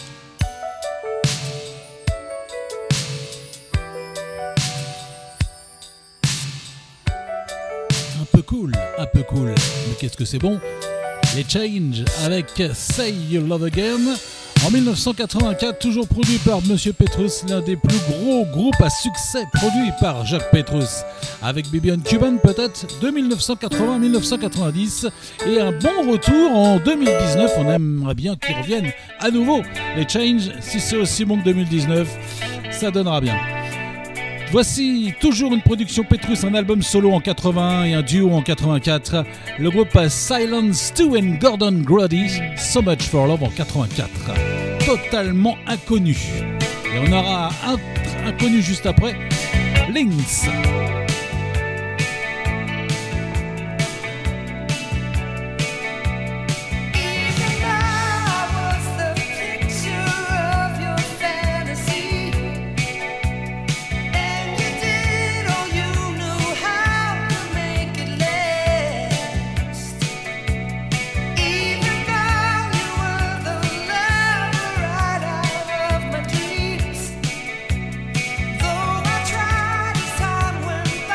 S3: Un peu cool, mais qu'est-ce que c'est bon. Les Change avec Say You Love Again en 1984, toujours produit par Monsieur Petrus, l'un des plus gros groupes à succès produits par Jacques Petrus, avec Bibian Cuban peut-être de 1980 à 1990, et un bon retour en 2019. On aimerait bien qu'ils reviennent à nouveau. Les Change, si c'est aussi bon que 2019, ça donnera bien. Voici toujours une production Petrus, un album solo en 81 et un duo en 84. Le groupe Silence 2 and Gordon Grody, So Much for Love en 84. Totalement inconnu. Et on aura un inconnu juste après, Lynx.
S8: When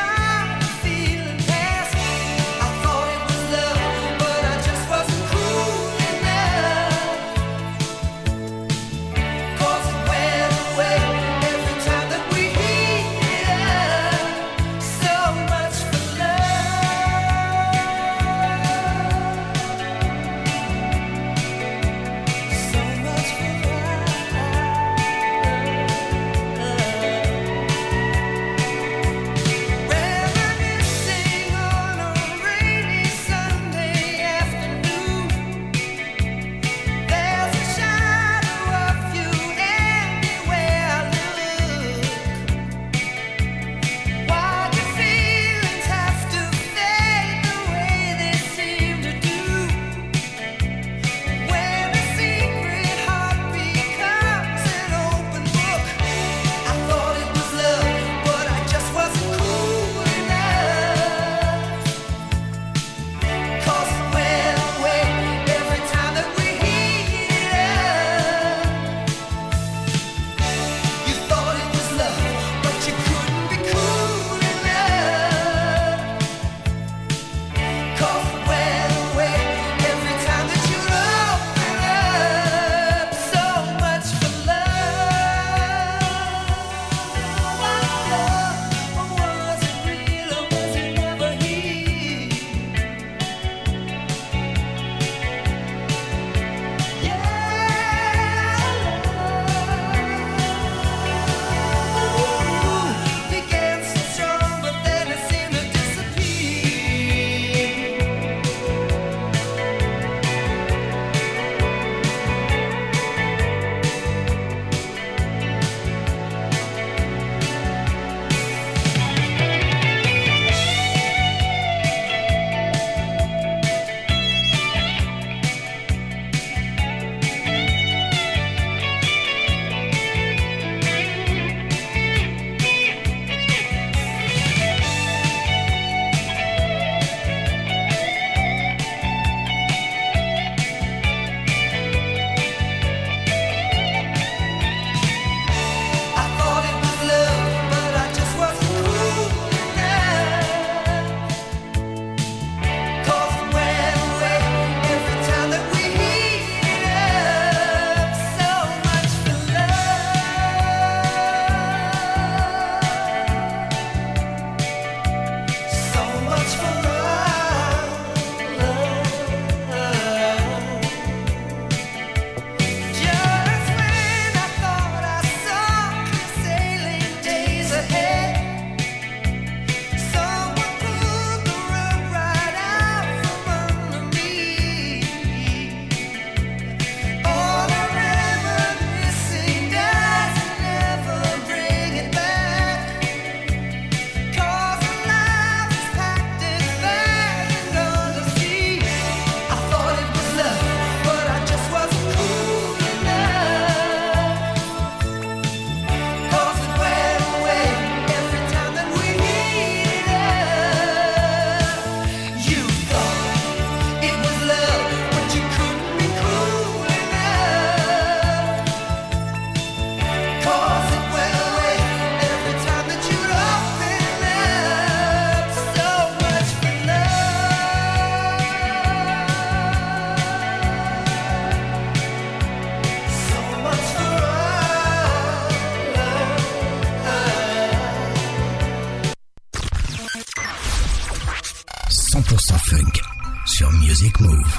S1: Music Move.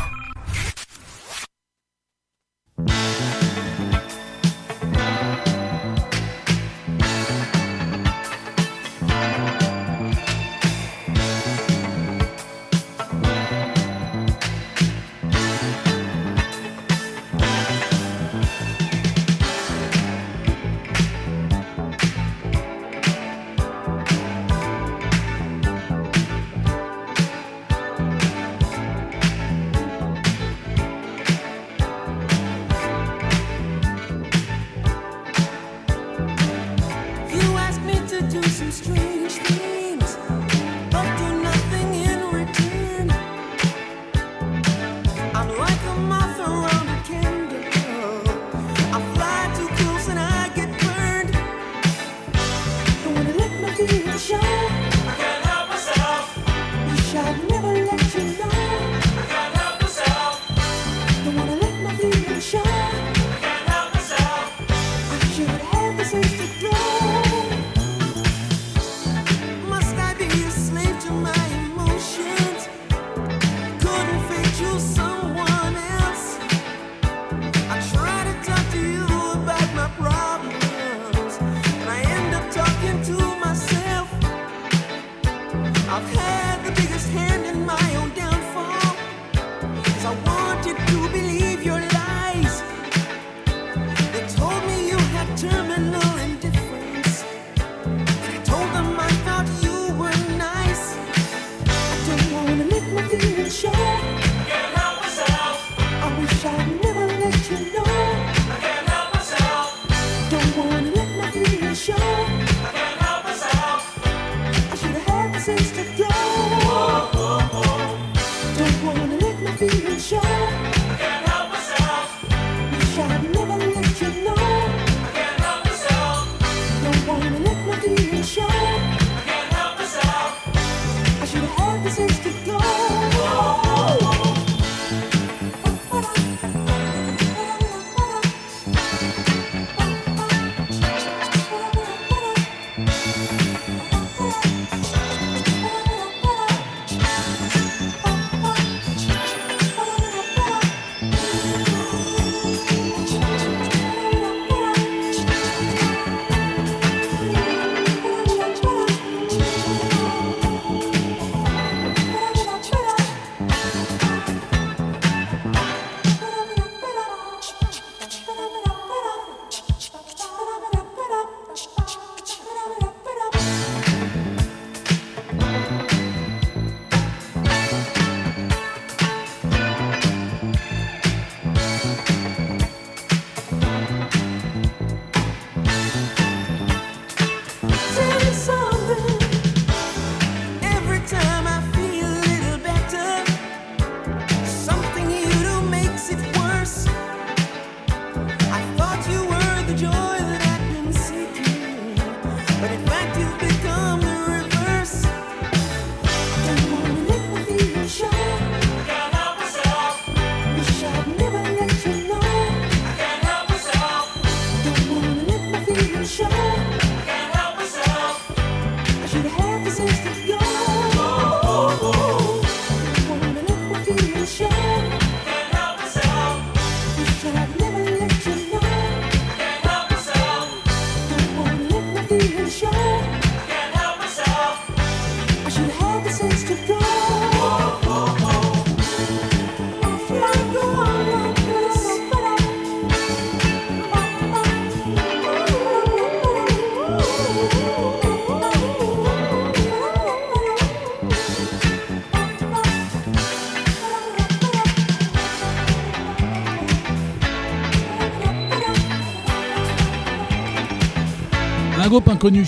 S3: Un groupe inconnu,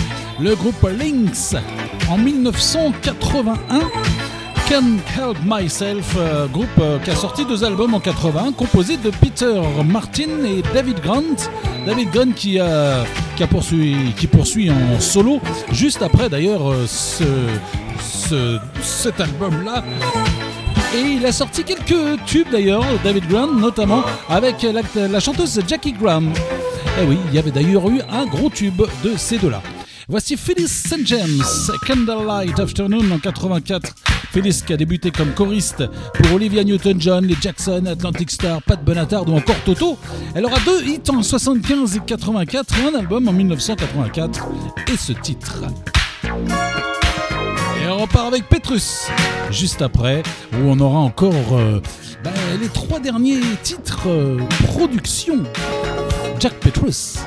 S3: le groupe Lynx, en 1981, Can't Help Myself, groupe qui a sorti 2 albums en 80, composé de Peter Martin et David Grant. David Grant qui poursuit en solo, juste après d'ailleurs cet album-là. Et il a sorti quelques tubes d'ailleurs, David Grant, notamment avec la chanteuse Jackie Graham. Et oui, il y avait d'ailleurs eu un gros tube de ces deux-là. Voici Phyllis St. James, Candlelight Afternoon en 84. Phyllis qui a débuté comme choriste pour Olivia Newton-John, les Jackson, Atlantic Starr, Pat Benatar ou encore Toto. Elle aura 2 hits en 75 et 84 et un album en 1984 et ce titre. Et on repart avec Petrus juste après où on aura encore les 3 derniers titres production. Jack Petrus.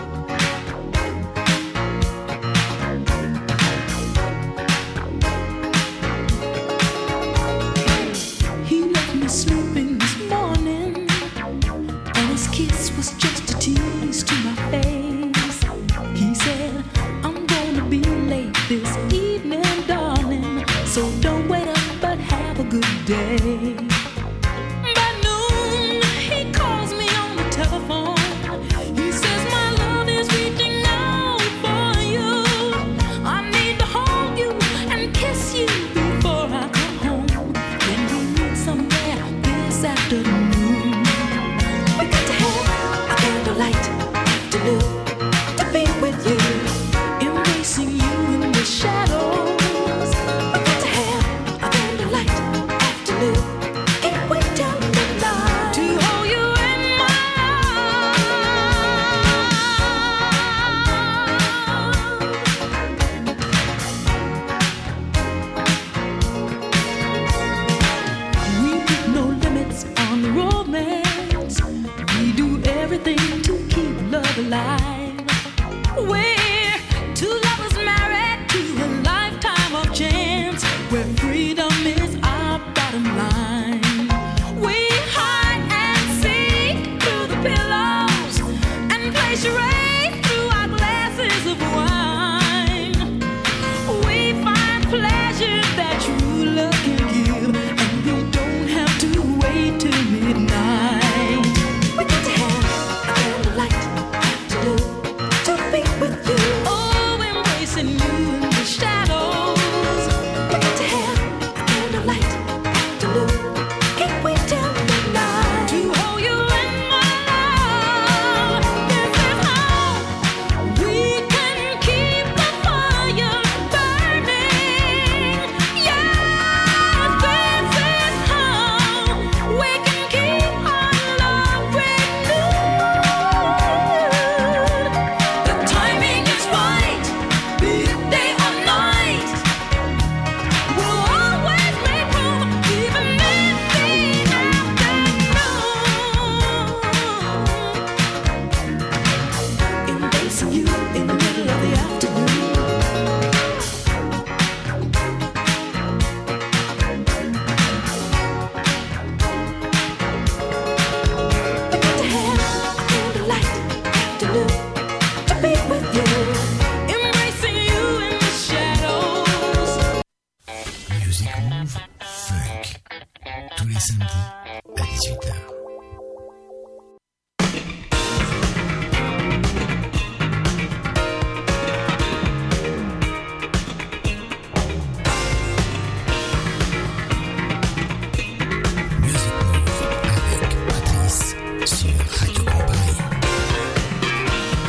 S10: Sleeping this morning, and his kiss was just a tease to my face. He said, I'm gonna be late this evening, darling, so don't wait up but have a good day. By noon, he calls me on the telephone. He says my love is reaching out for you. I need to hold you and kiss you before I come home. Can we meet somewhere this afternoon? We got to have a candlelight afternoon to be with you, embracing you in the shadows. We got to have a candlelight afternoon. Can't wait till midnight to hold you in my arms. We put no limits on romance. We do everything to keep love alive. We're two lovers married to a lifetime of chance, where freedom is our bottom line. We hide and seek through the pillows and play charades through our glasses of wine. We find pleasure that true love can give, and we don't have to wait till midnight. We got to have a candlelight afternoon to be with you. Oh, embracing you in the shadows. We got to have a candlelight afternoon. Can't wait till midnight to hold you in my love. This is how we can keep the fire burning. Yes, this is how we can keep our love renewed. The timing is right, be it day or night. We'll always make room, even in the afternoon. Embracing you in the middle of the afternoon. We got to have a candlelight afternoon to be with you, embracing you in the shadows.
S1: Music Move Funk. Tous les samedis à 18h. Music Move avec Patrice sur Radio Grand Paris.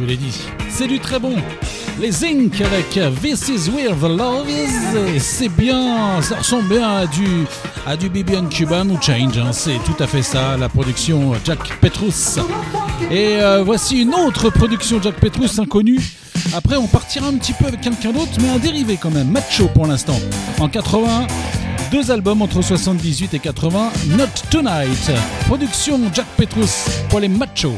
S3: vous l'ai dit. C'est du très bon. Les Zinc avec This Is Where the Love Is. Et c'est bien, ça ressemble bien à du BB Cuban ou Change. Hein. C'est tout à fait ça, la production Jack Petrus. Et voici une autre production Jack Petrus inconnue. Après, on partira un petit peu avec quelqu'un d'autre, mais un dérivé quand même. Macho pour l'instant. En 80, 2 albums entre 78 et 80. Not Tonight. Production Jack Petrus pour les Machos.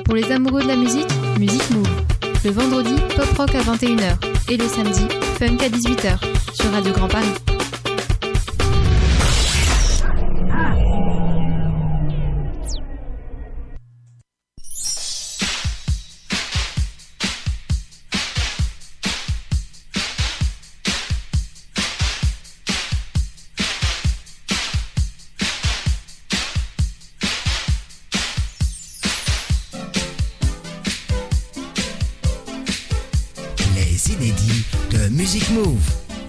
S7: Pour les amoureux de la musique, Music Move. Le vendredi, pop rock à 21h. Et le samedi, funk à 18h. Sur Radio Grand Paris.
S1: Les inédits de Music Move.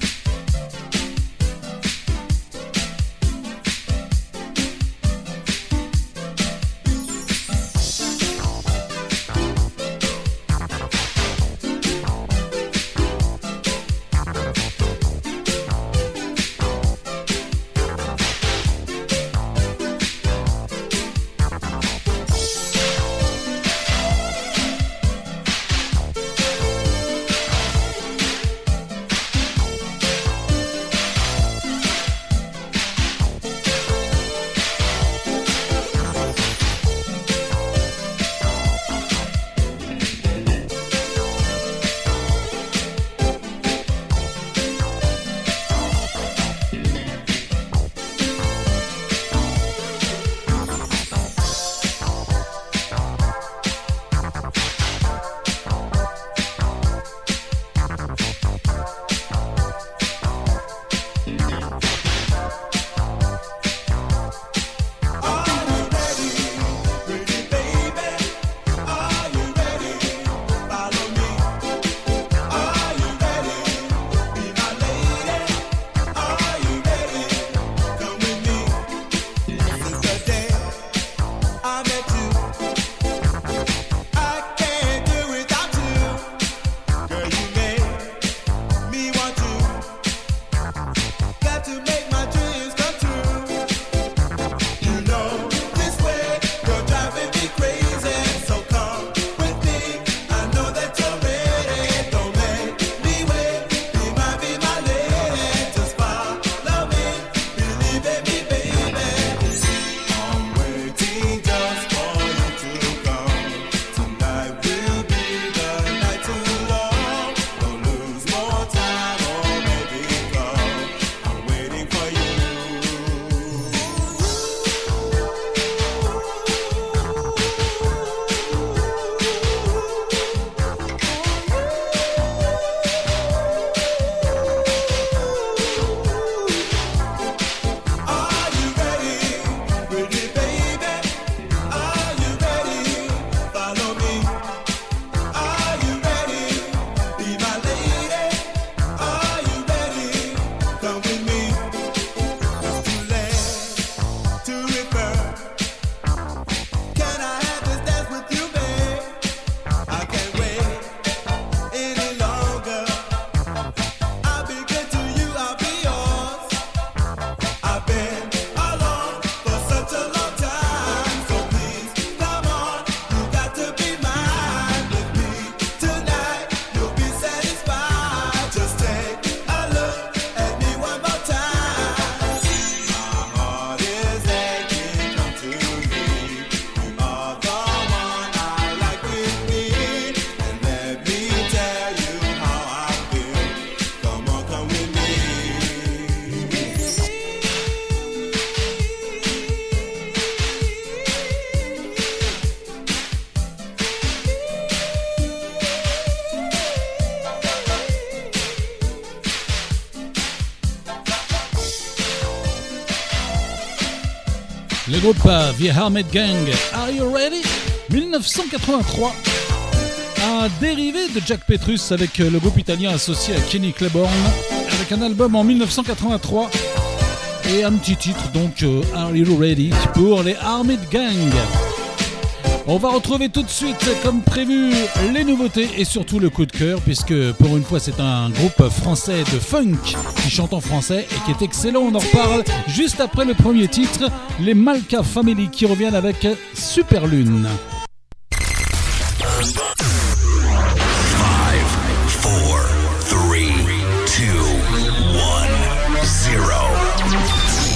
S3: Le groupe The Hermit Gang, Are You Ready? 1983. Un dérivé de Jack Petrus avec le groupe italien associé à Kenny Claiborne, avec un album en 1983 et un petit titre donc Are You Ready pour les Hermit Gang. On va retrouver tout de suite, comme prévu, les nouveautés et surtout le coup de cœur, puisque pour une fois c'est un groupe français de funk qui chante en français et qui est excellent. On en reparle juste après le premier titre, les Malka Family qui reviennent avec Super Lune.
S2: 5, 4, 3, 2, 1, 0.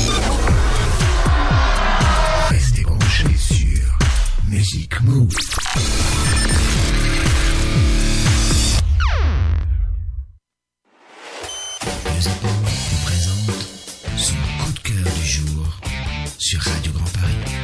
S1: Restez branchés sur Music Move. Music Move vous présente son coup de cœur du jour sur Radio Grand Paris.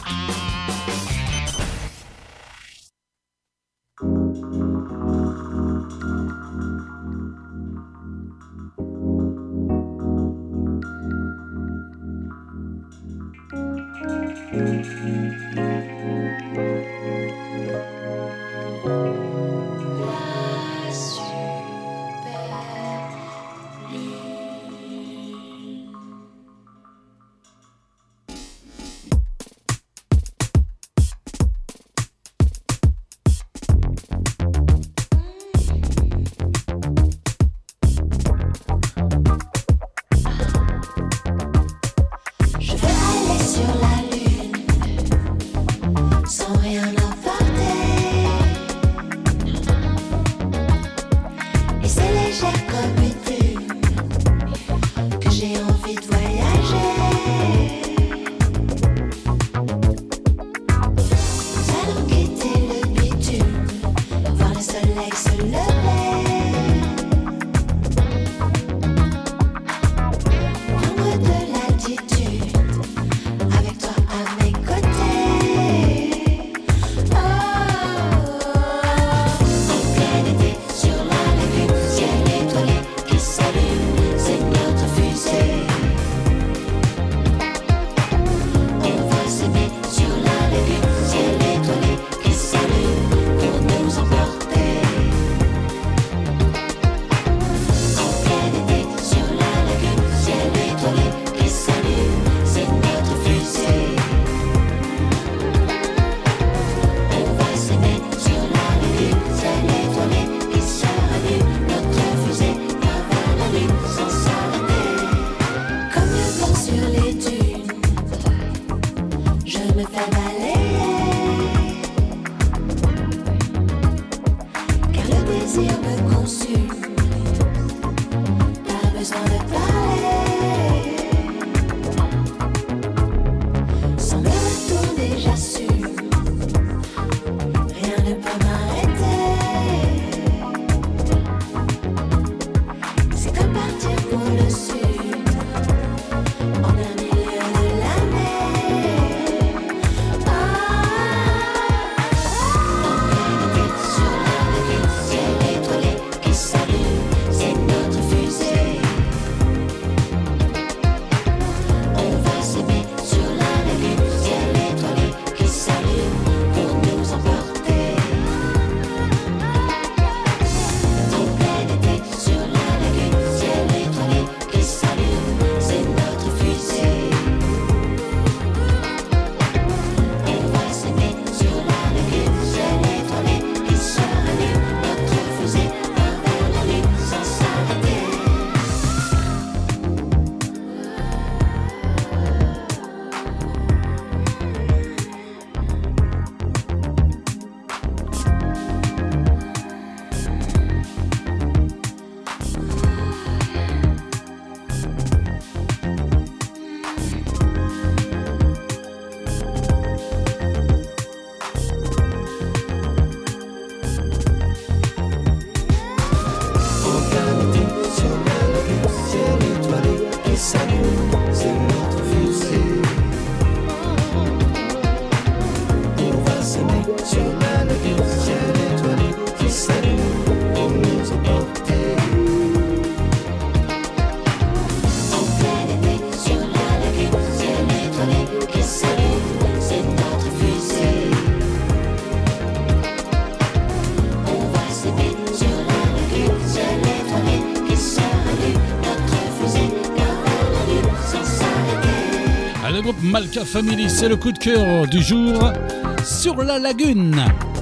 S3: Malka Family, c'est le coup de cœur du jour sur la lagune.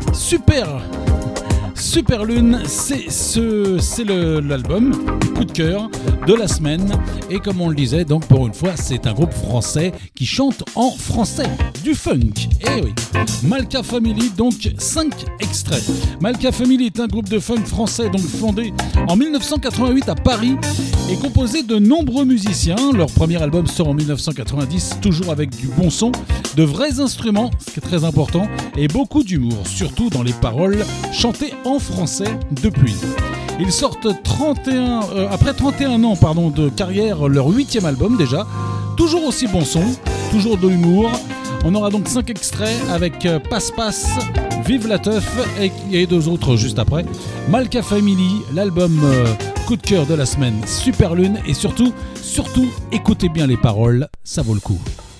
S3: Super Lune, c'est l'album coup de cœur de la semaine. Et comme on le disait, donc pour une fois, c'est un groupe français qui chante en français, du funk. Et oui, Malka Family, donc 5 extraits. Malka Family est un groupe de funk français donc fondé en 1988 à Paris et composé de nombreux musiciens. Leur premier album sort en 1990, toujours avec du bon son. de vrais instruments, ce qui est très important, et beaucoup d'humour, surtout dans les paroles chantées en français depuis. Ils sortent après 31 ans de carrière, leur 8e album déjà, toujours aussi bon son, toujours de l'humour. On aura donc 5 extraits avec Passe-Passe, Vive la Teuf et 2 autres juste après. Malka Family, l'album coup de cœur de la semaine, Super Lune, et surtout, écoutez bien les paroles, ça vaut le coup.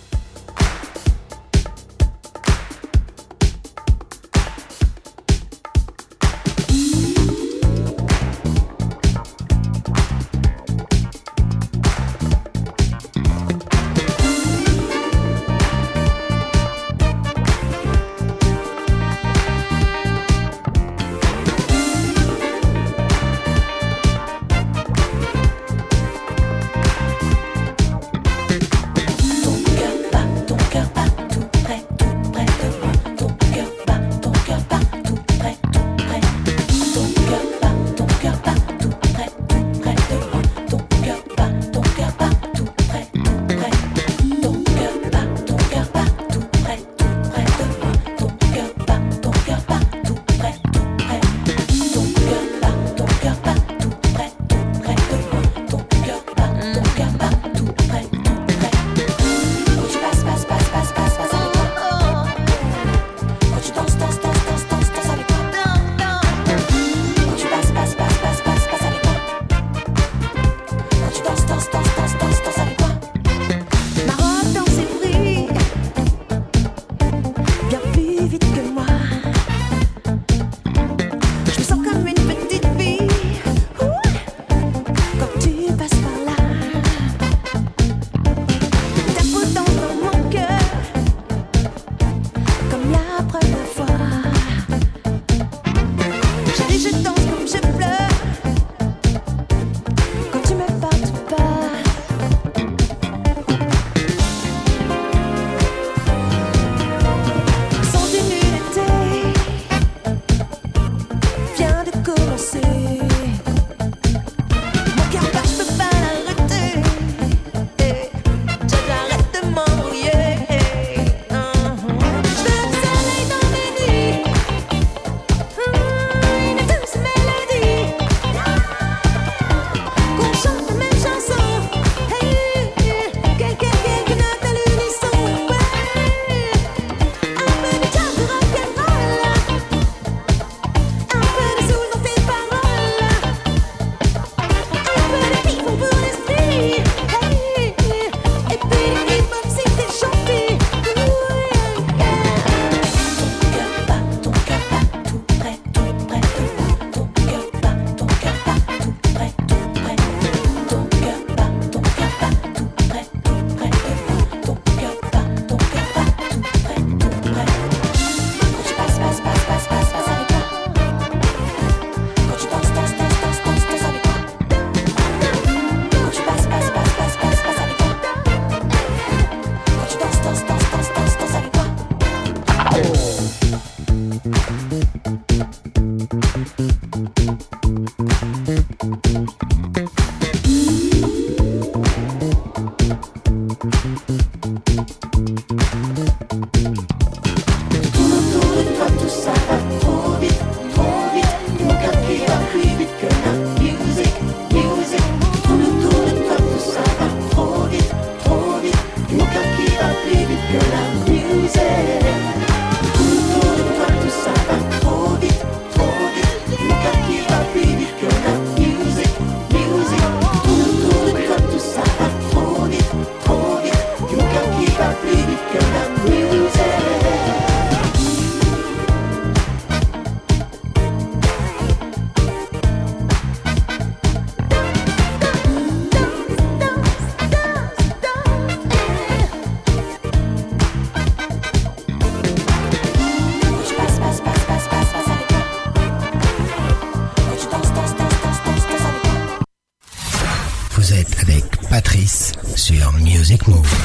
S1: sur Music Move.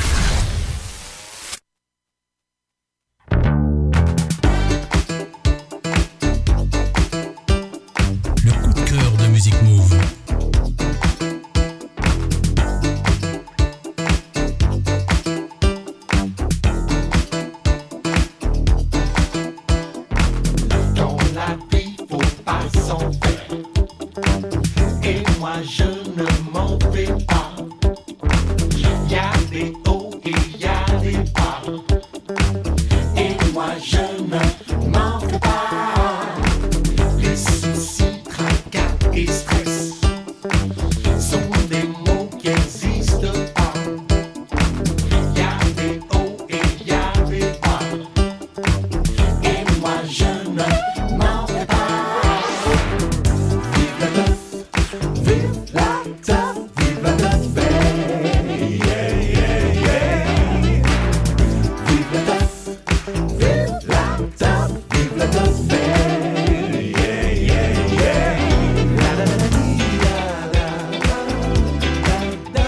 S6: Le coup de cœur de Music Move.
S13: moi je ne m'en fais pas. Les soucis, tracas et stress sont des mots qui existent pas. Y a des hauts et y a des bas, et moi je ne m'en fais pas. Vive la teuf, vive la teuf, vive la teuf, baby, yeah, yeah, yeah. Vive la teuf, vive la teuf, vive la teuf, baby, yeah, yeah, yeah. La la la la la la la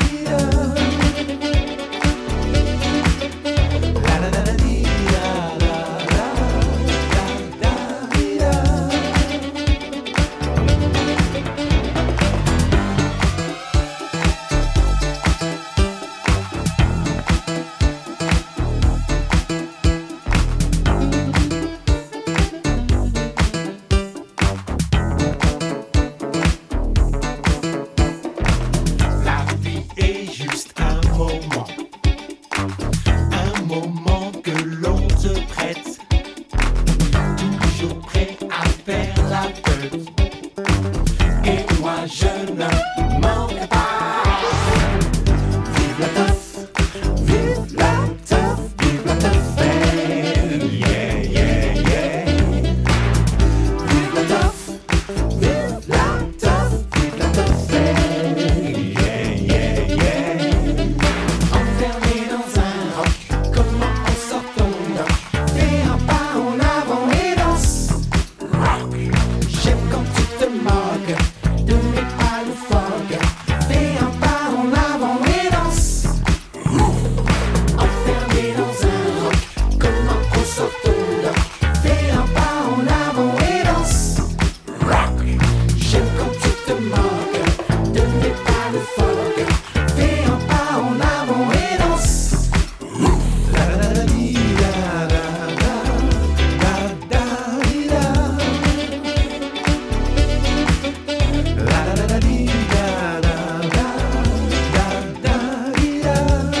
S13: la la la la. La vie est juste un moment que l'on te prête, toujours prêt à faire la fête. Et moi je ne m'en fais pas. Vive la teuf, vive la teuf, vive la teuf, baby, yeah, yeah, yeah. Vive la teuf, vive la teuf, vive la teuf, baby, yeah, yeah, yeah. Enfermé dans un rock, comment on sort ton doc? Fais un pas en avant et danse. Rock, j'aime quand tu te moques de mes pas loufoques. Fais un pas en avant et danse. Enfermé dans un rock, comment on sort ton doc? Fais un pas en avant et danse. Rock, j'aime quand tu te moques de mes pas loufoques. Fais un pas en avant et danse. La la la la di, la la la la da di da. La la la la di, la la la da di da.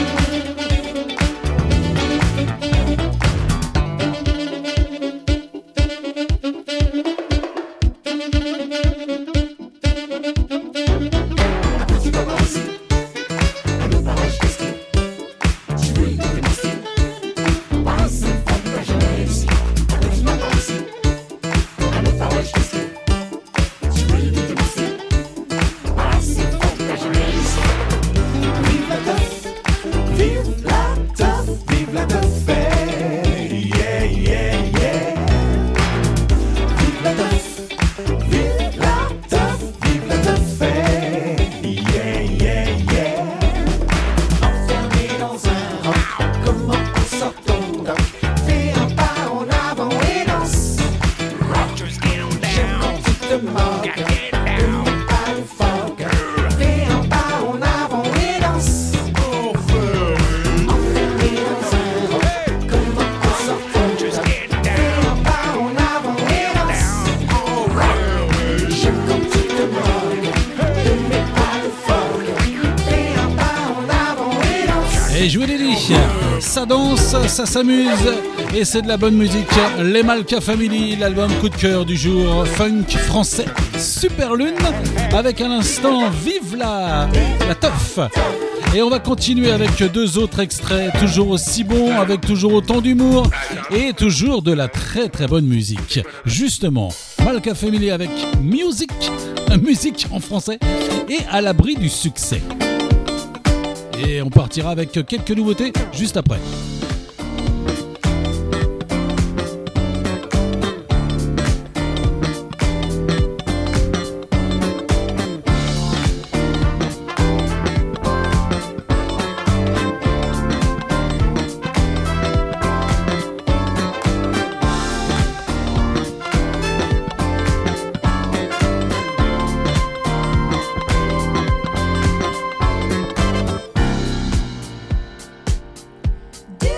S13: Un petit copain aussi, un autre pareil qu'est-ce tu veux imiter mon style? Pareil c'est fort, t'as jamais réussi. Un petit copain aussi, un autre pareil qu'est-ce tu veux imiter mon style? Pareil c'est fort, t'as jamais réussi. Vive la teuf, vive la teuf, vive la teuf, baby, yeah, yeah, yeah. Vive la teuf, vive la teuf, vive la teuf, baby, yeah, yeah, yeah. Enfermé dans un rock, comment on sort ton doc? Fais un pas en avant et danse. Rock, j'aime quand tu te moques de mes pas loufoques. Fais un pas en avant et danse. Enfermé dans un rock, comment on sort ton doc? Fais un pas en avant et danse. Rock, j'aime quand tu te moques de mes pas loufoques. Fais un pas en avant et danse.
S3: Et je vous l'ai dit, ça danse, ça s'amuse et c'est de la bonne musique. Les Malka Family, l'album coup de cœur du jour, funk français, Super Lune, avec à l'instant Vive la teuf. Et on va continuer avec deux autres extraits, toujours aussi bons, avec toujours autant d'humour et toujours de la très très bonne musique. Justement, Malka Family avec musique en français et à l'abri du succès. Et on partira avec quelques nouveautés juste après.
S8: Do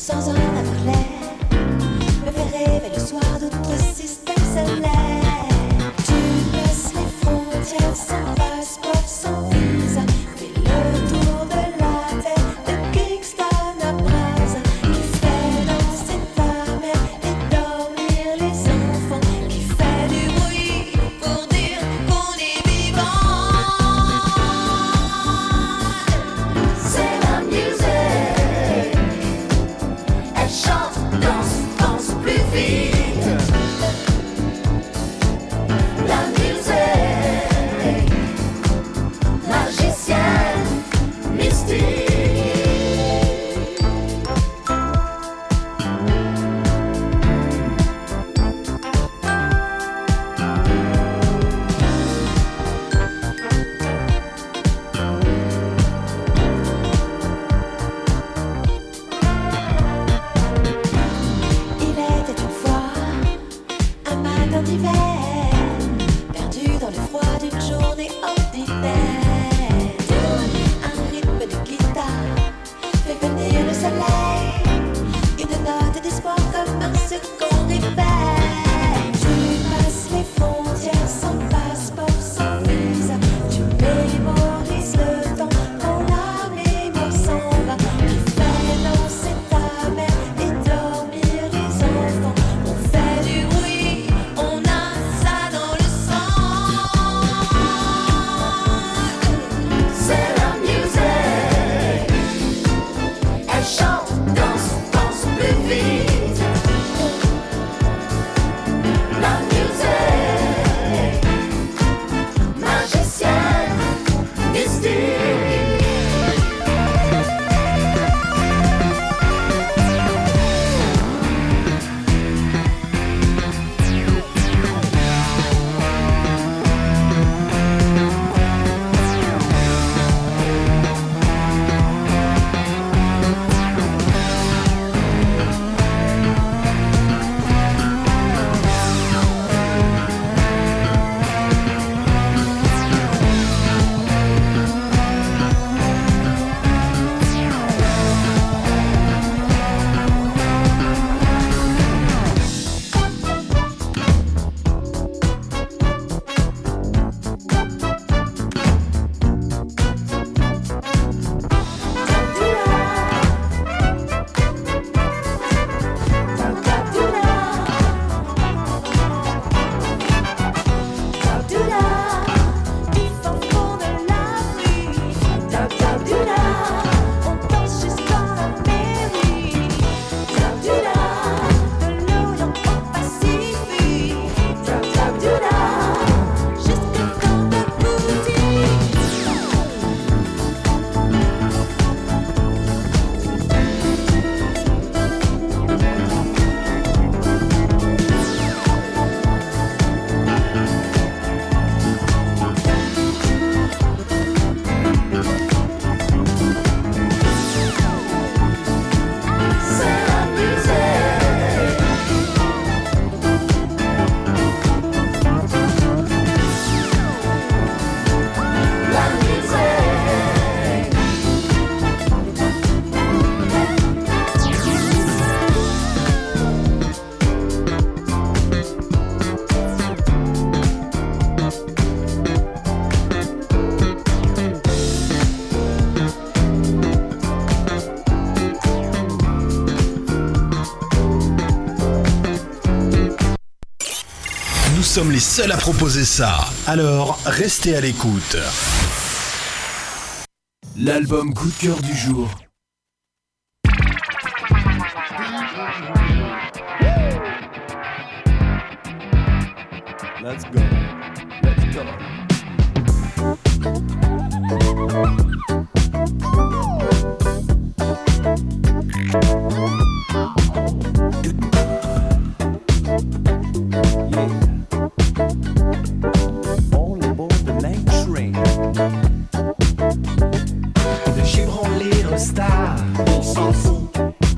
S14: sans en avoir l'air, me fait rêver le soir d'autres systèmes solaires. Tu passes les frontières sans passeport, sans visa, fais le tour de la terre de Kingston à Brazza, qui fait danser ta mère et dormir les enfants, qui fait du bruit pour dire qu'on est vivant. C'est la musique, elle chante, danse, danse plus vite. La musique, magicienne, mystique. Il était une fois un matin d'hiver, perdu dans le froid d'une journée ordinaire. Un rythme de guitare fait venir le soleil, une note d'espoir comme un second réveil. Tu passes les frontières sans passeport, sans visa, tu mémorises le temps quand la mémoire s'en va, qui fait danser ta mère et dormir les enfants. On fait du bruit, on a ça dans le sang. C'est la musique, elle chante, danse, danse plus vite. La musique, magicienne, mystique.
S2: Nous sommes les seuls à proposer ça. Alors, restez à l'écoute.
S11: L'album coup de cœur du jour.
S9: Let's go. Let's go.
S15: All aboard the night train. De Chevron l'Aerostar, on s'en fout.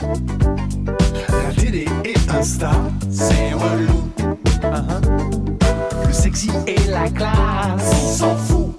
S15: La télé est un star, c'est relou. Le sexy et la classe, on s'en fout.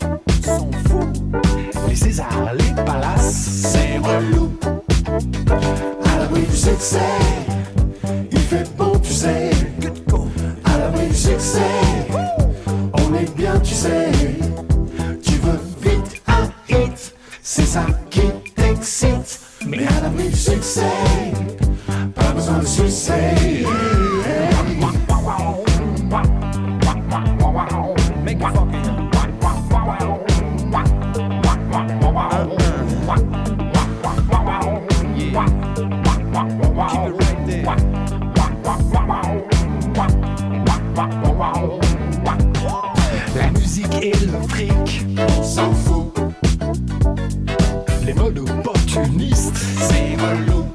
S15: Les Césars, les palaces, c'est relou. À l'abri du succès, il fait bon, tu sais. À l'abri du succès, on est bien, tu sais. Tu veux vite un hit, c'est ça qui t'excite. Mais à l'abri du succès, pas besoin de succès. Make it funky. La musique et le fric, on s'en fout. Les modes opportunistes, c'est relou.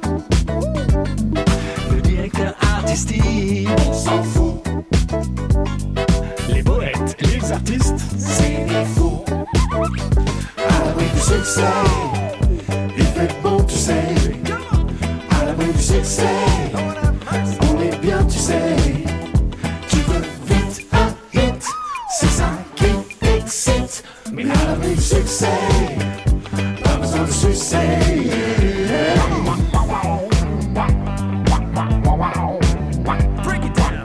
S15: Le directeur artistique, on s'en fout. Les poètes, les artistes, c'est des fous. À l'abri du succès, il fait bon, tu sais. À l'abri du succès, on est bien, tu sais. Tu veux vite un hit, c'est ça qui t'excite. Mais à l'abri du succès, pas besoin de succès. Break it down.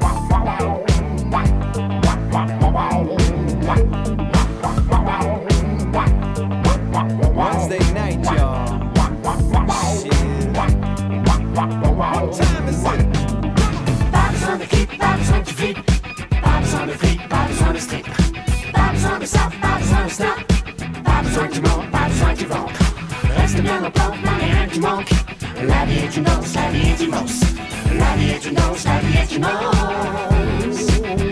S15: Wednesday night, y'all. Shit. What time is it? Pas besoin de clip, pas besoin de flip. Pas besoin de fric, pas besoin de strip. Pas besoin de ça, pas besoin de snap. Pas besoin que tu montes, pas besoin que tu rentres. Reste bien au plan, mais rien qui manque. La vie est une danse, la vie est immense. La vie est une danse, la vie est immense.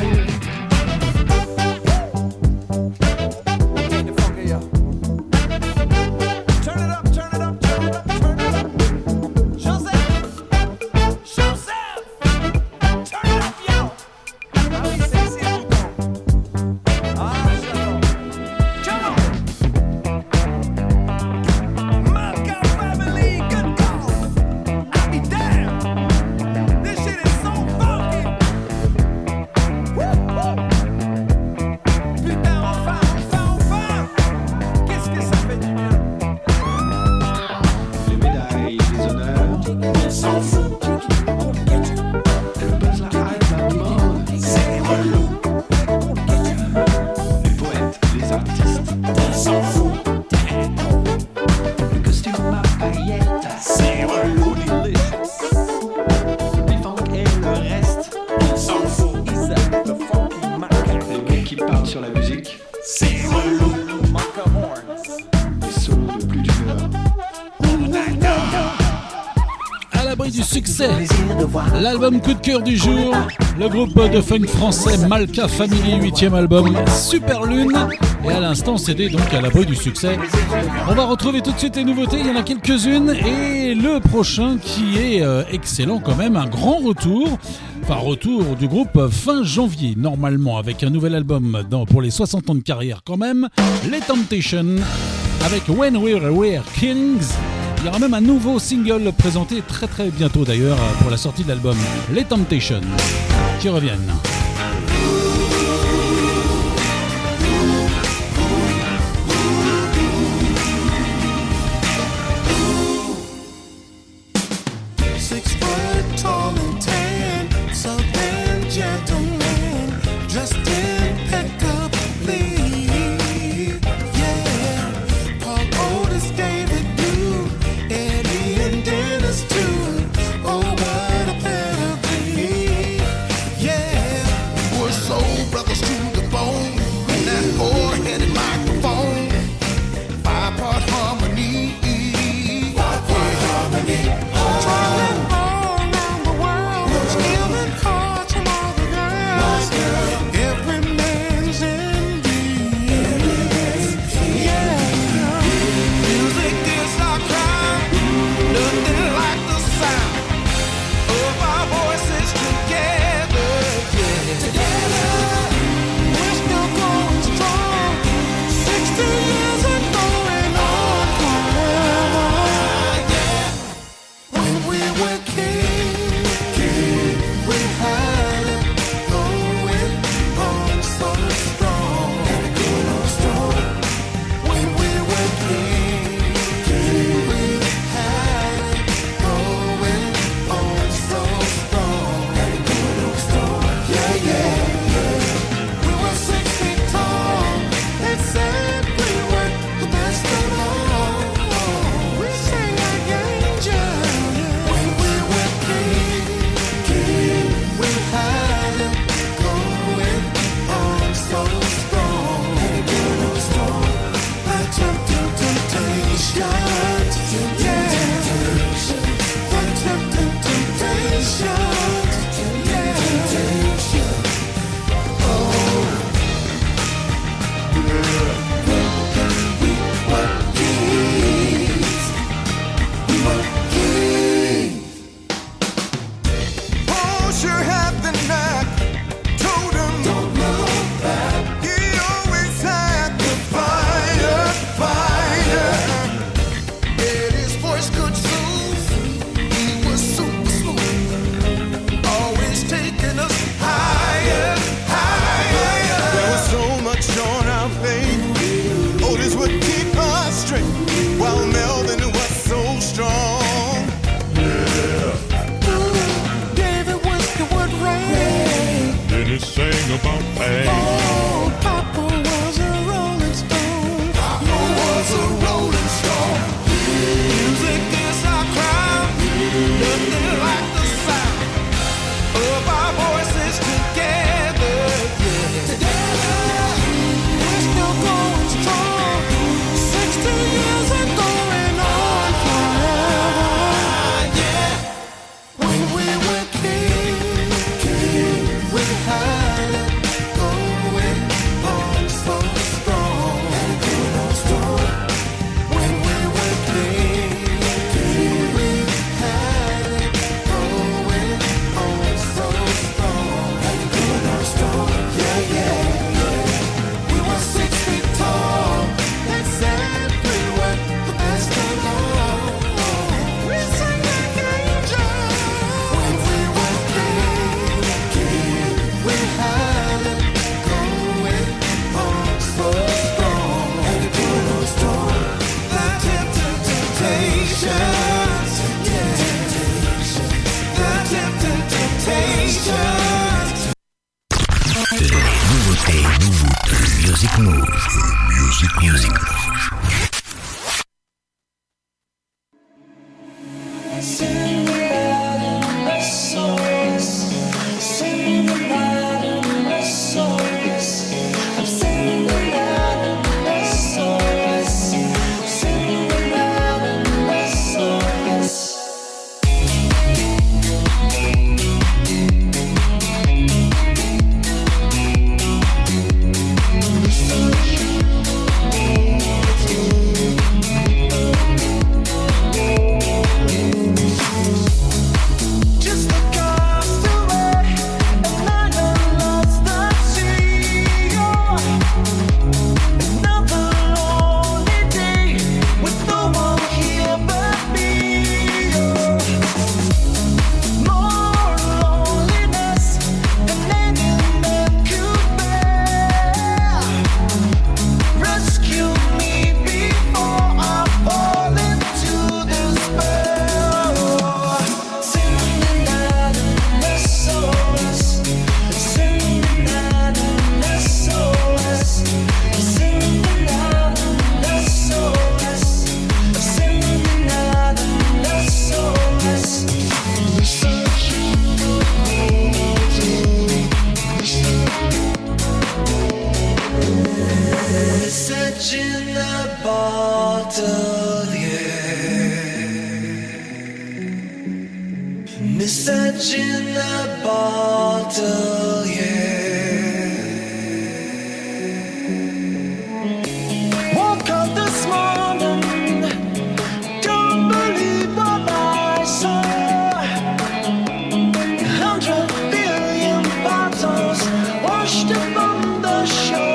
S3: L'album coup de cœur du jour, le groupe de funk français Malka Family, 8e album Super Lune. Et à l'instant, CD donc à l'abri du succès. On va retrouver tout de suite les nouveautés, il y en a quelques-unes. Et le prochain qui est excellent quand même, un grand retour. Enfin, retour du groupe fin janvier, normalement, avec un nouvel album pour les 60 ans de carrière quand même. Les Temptations, avec When We Were Kings. Il y aura même un nouveau single présenté très très bientôt d'ailleurs pour la sortie de l'album. Les Temptations qui reviennent.
S8: Yeah.
S15: about pain.
S8: Oh, Papa was a rolling stone. Papa was a rolling stone. Music is our crime. Nothing like the sound of our voices together. Yeah. Together, we're still going strong. 60 years and going on forever. Yeah. When we were kids, we had it going on so strong. Going on strong. When we were kids, we had it going on so strong. Going on strong. Yeah, yeah, yeah. We were 6 feet tall. They said we were the best of all. We sang like angels. When we were kids, we had it going on so strong. Going on strong. The temptations, yeah. The temptations.
S1: Les nouveautés Music Move. Music Move.
S8: Message in a bottle, yeah. Message in a bottle, yeah. Woke up this morning, don't believe what I saw. 100 billion bottles washed up on the shore.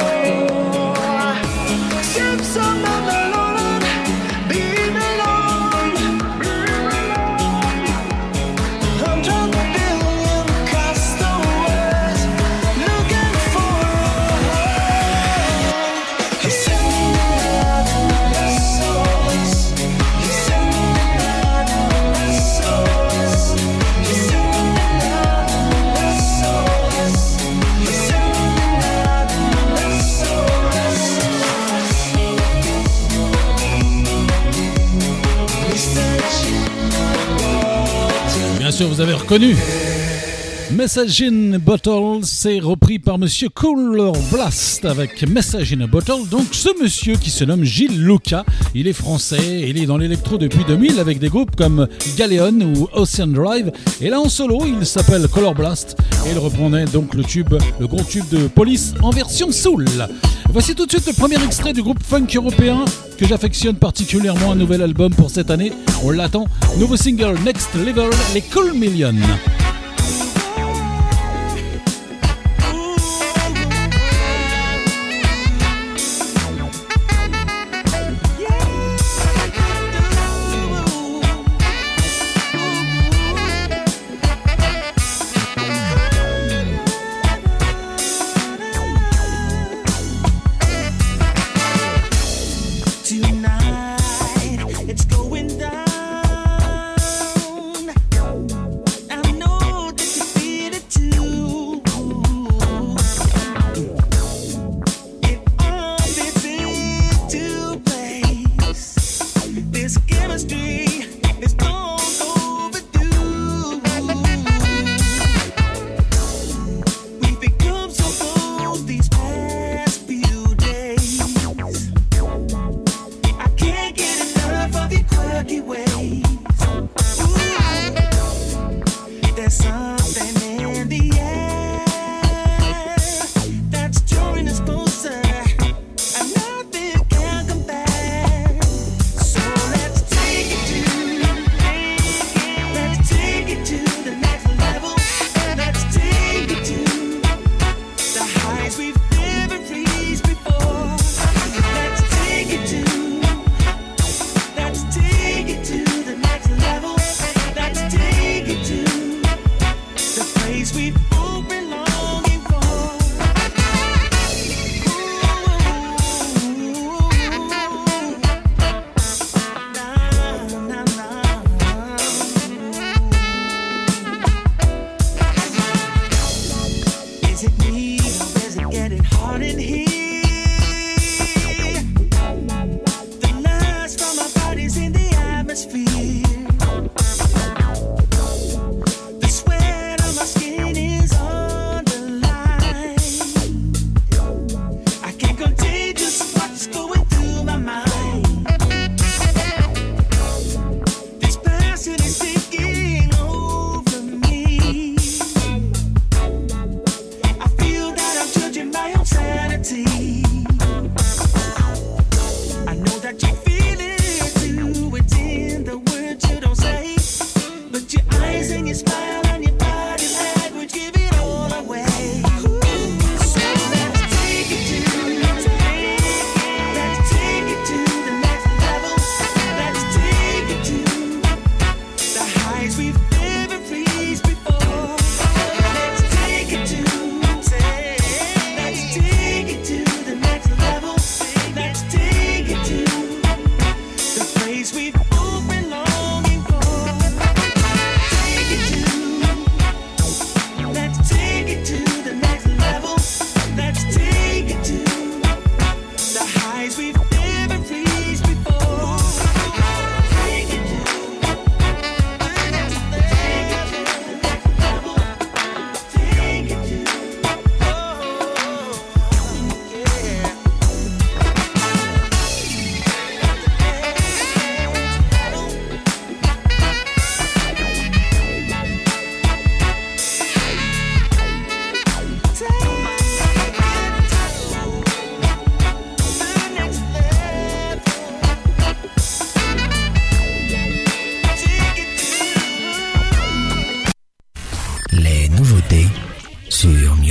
S3: Bien sûr, vous avez reconnu. Message in a Bottle, c'est repris par Monsieur Cooler Blast avec Message in a Bottle. Donc ce monsieur qui se nomme Gilles Lucas, il est français, il est dans l'électro depuis 2000 avec des groupes comme Galeon ou Ocean Drive. Et là en solo, il s'appelle Cooler Blast et il reprenait donc le gros tube de Police en version soul. Voici tout de suite le premier extrait du groupe funk européen que j'affectionne particulièrement, un nouvel album pour cette année. On l'attend, nouveau single Next Level, les Cool Millions.
S8: Tonight, it's going down. I know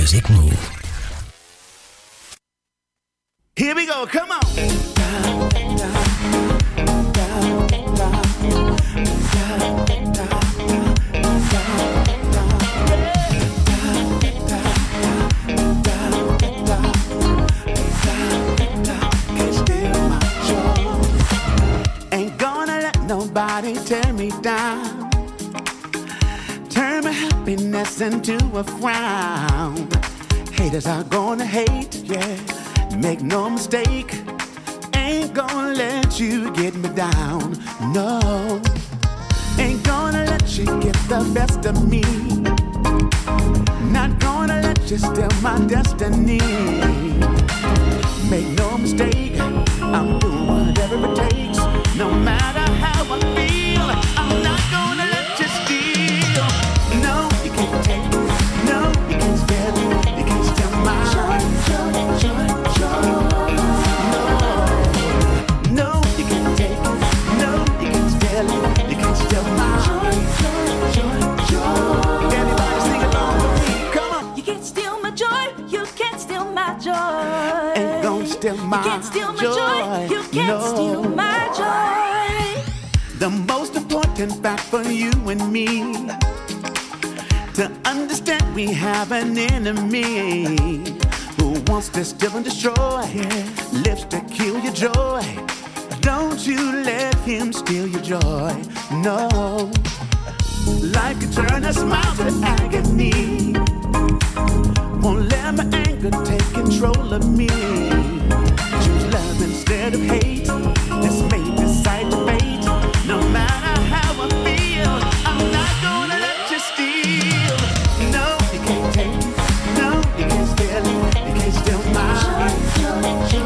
S1: Music Move.
S4: Here we go, come on. Ain't gonna let nobody tear me down. Turn my happiness into a frown. Haters are gonna hate, yeah. Make no mistake, ain't gonna let you get me down, no. Ain't gonna let you get the best of me. Not gonna let you steal my destiny. Make no mistake, I'm doing whatever it takes. No matter how I feel, I'm not gonna let you steal. No, you can't take it. No, you can't steal it. You can't steal my joy. No, you can't take it. No, you can't steal it. You can't steal my joy. Everybody sing along with me. Come on.
S16: You can't steal my joy. You can't steal my joy.
S4: Ain't gonna steal my joy.
S16: You can't steal my joy. You can't steal my joy.
S4: The most important fact for you and me to understand we have an enemy who wants to steal and destroy, lives to kill your joy. Don't you let him steal your joy, no. Life can turn a smile to agony. Won't let my anger take control of me. Choose love instead of hate. This may decide your fate. No matter how I feel, I'm not gonna let you steal. No, you can't take it. No, you can't steal it. You can't steal my joy.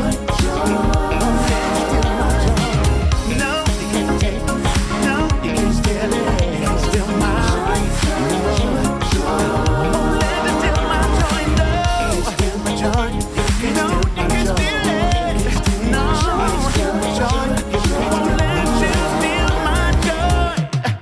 S4: No, you can't take it. No, you can't steal it. You can't steal my joy. Won't let you steal my joy. No, you can't steal my joy. No, you can't steal it. No, you can't steal my joy. Won't let you steal my joy.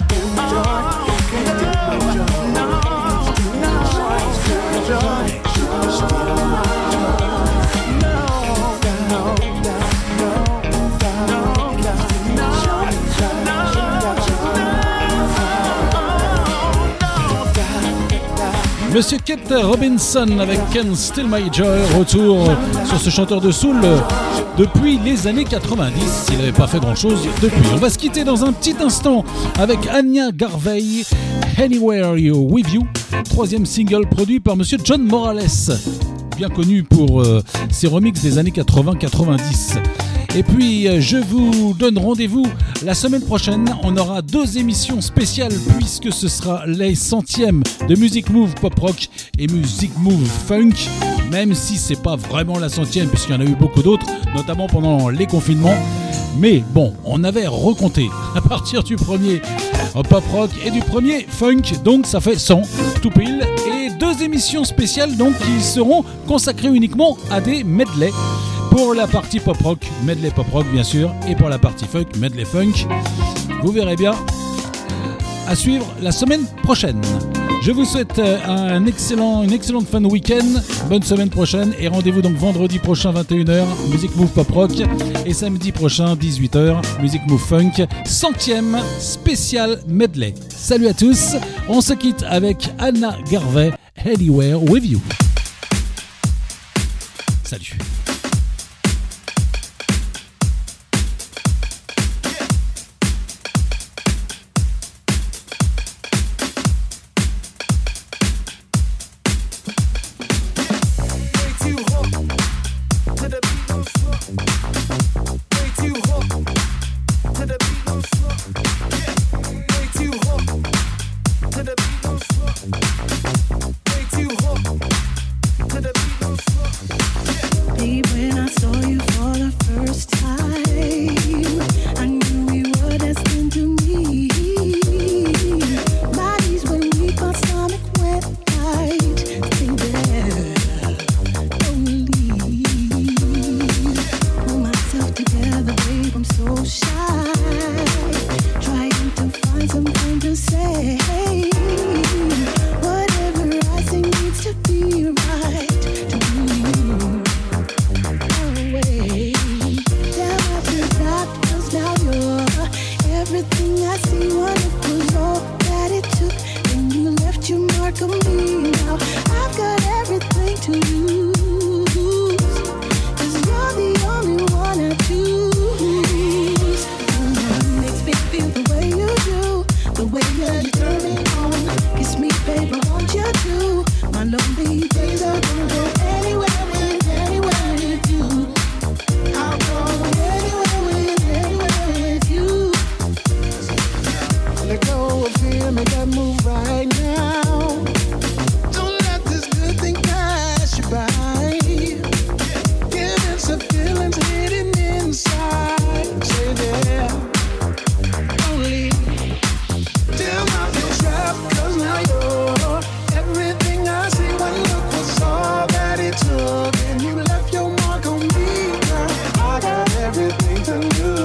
S3: Monsieur Kate Robinson avec Can't Steal My Joy, retour sur ce chanteur de soul depuis les années 90. Il n'avait pas fait grand chose depuis. On va se quitter dans un petit instant avec Anya Garvey, Anywhere You With You, troisième single produit par Monsieur John Morales, bien connu pour ses remixes des années 80-90. Et puis je vous donne rendez-vous la semaine prochaine. On aura 2 émissions spéciales puisque ce sera les 100e de Music Move Pop Rock et Music Move Funk, même si c'est pas vraiment la 100e puisqu'il y en a eu beaucoup d'autres, notamment pendant les confinements. Mais bon, on avait recompté à partir du premier Pop Rock et du premier Funk, donc ça fait 100 tout pile. Et 2 émissions spéciales donc qui seront consacrées uniquement à des medley. Pour la partie pop rock, medley pop rock bien sûr, et pour la partie funk, medley funk. Vous verrez bien. À suivre la semaine prochaine. Je vous souhaite une excellente fin de week-end. Bonne semaine prochaine et rendez-vous donc vendredi prochain 21h, Music Move Pop Rock, et samedi prochain 18h, Music Move Funk, 100e spécial medley. Salut à tous, on se quitte avec Anna Garvey, Anywhere With You. Salut.
S10: Be
S8: let go of fear, make that move right now. Don't let this good thing pass you by. Give it some feelings hidden inside. Say there, don't leave. Till I feel trapped, 'cause now you're everything I see. One look was all that it took, and you left your mark on me. Now I got everything to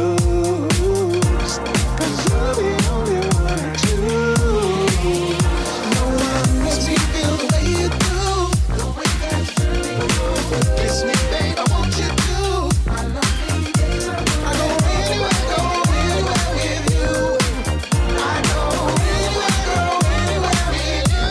S8: lose, 'cause you're the only one I choose. No one makes me feel the way you do, the way that you kiss me, babe, I want you to. I love you, babe. I go anywhere with you. I go anywhere with you.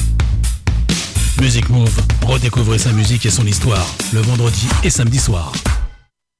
S6: Music Move, redécouvrez sa musique et son histoire, le vendredi et samedi soir.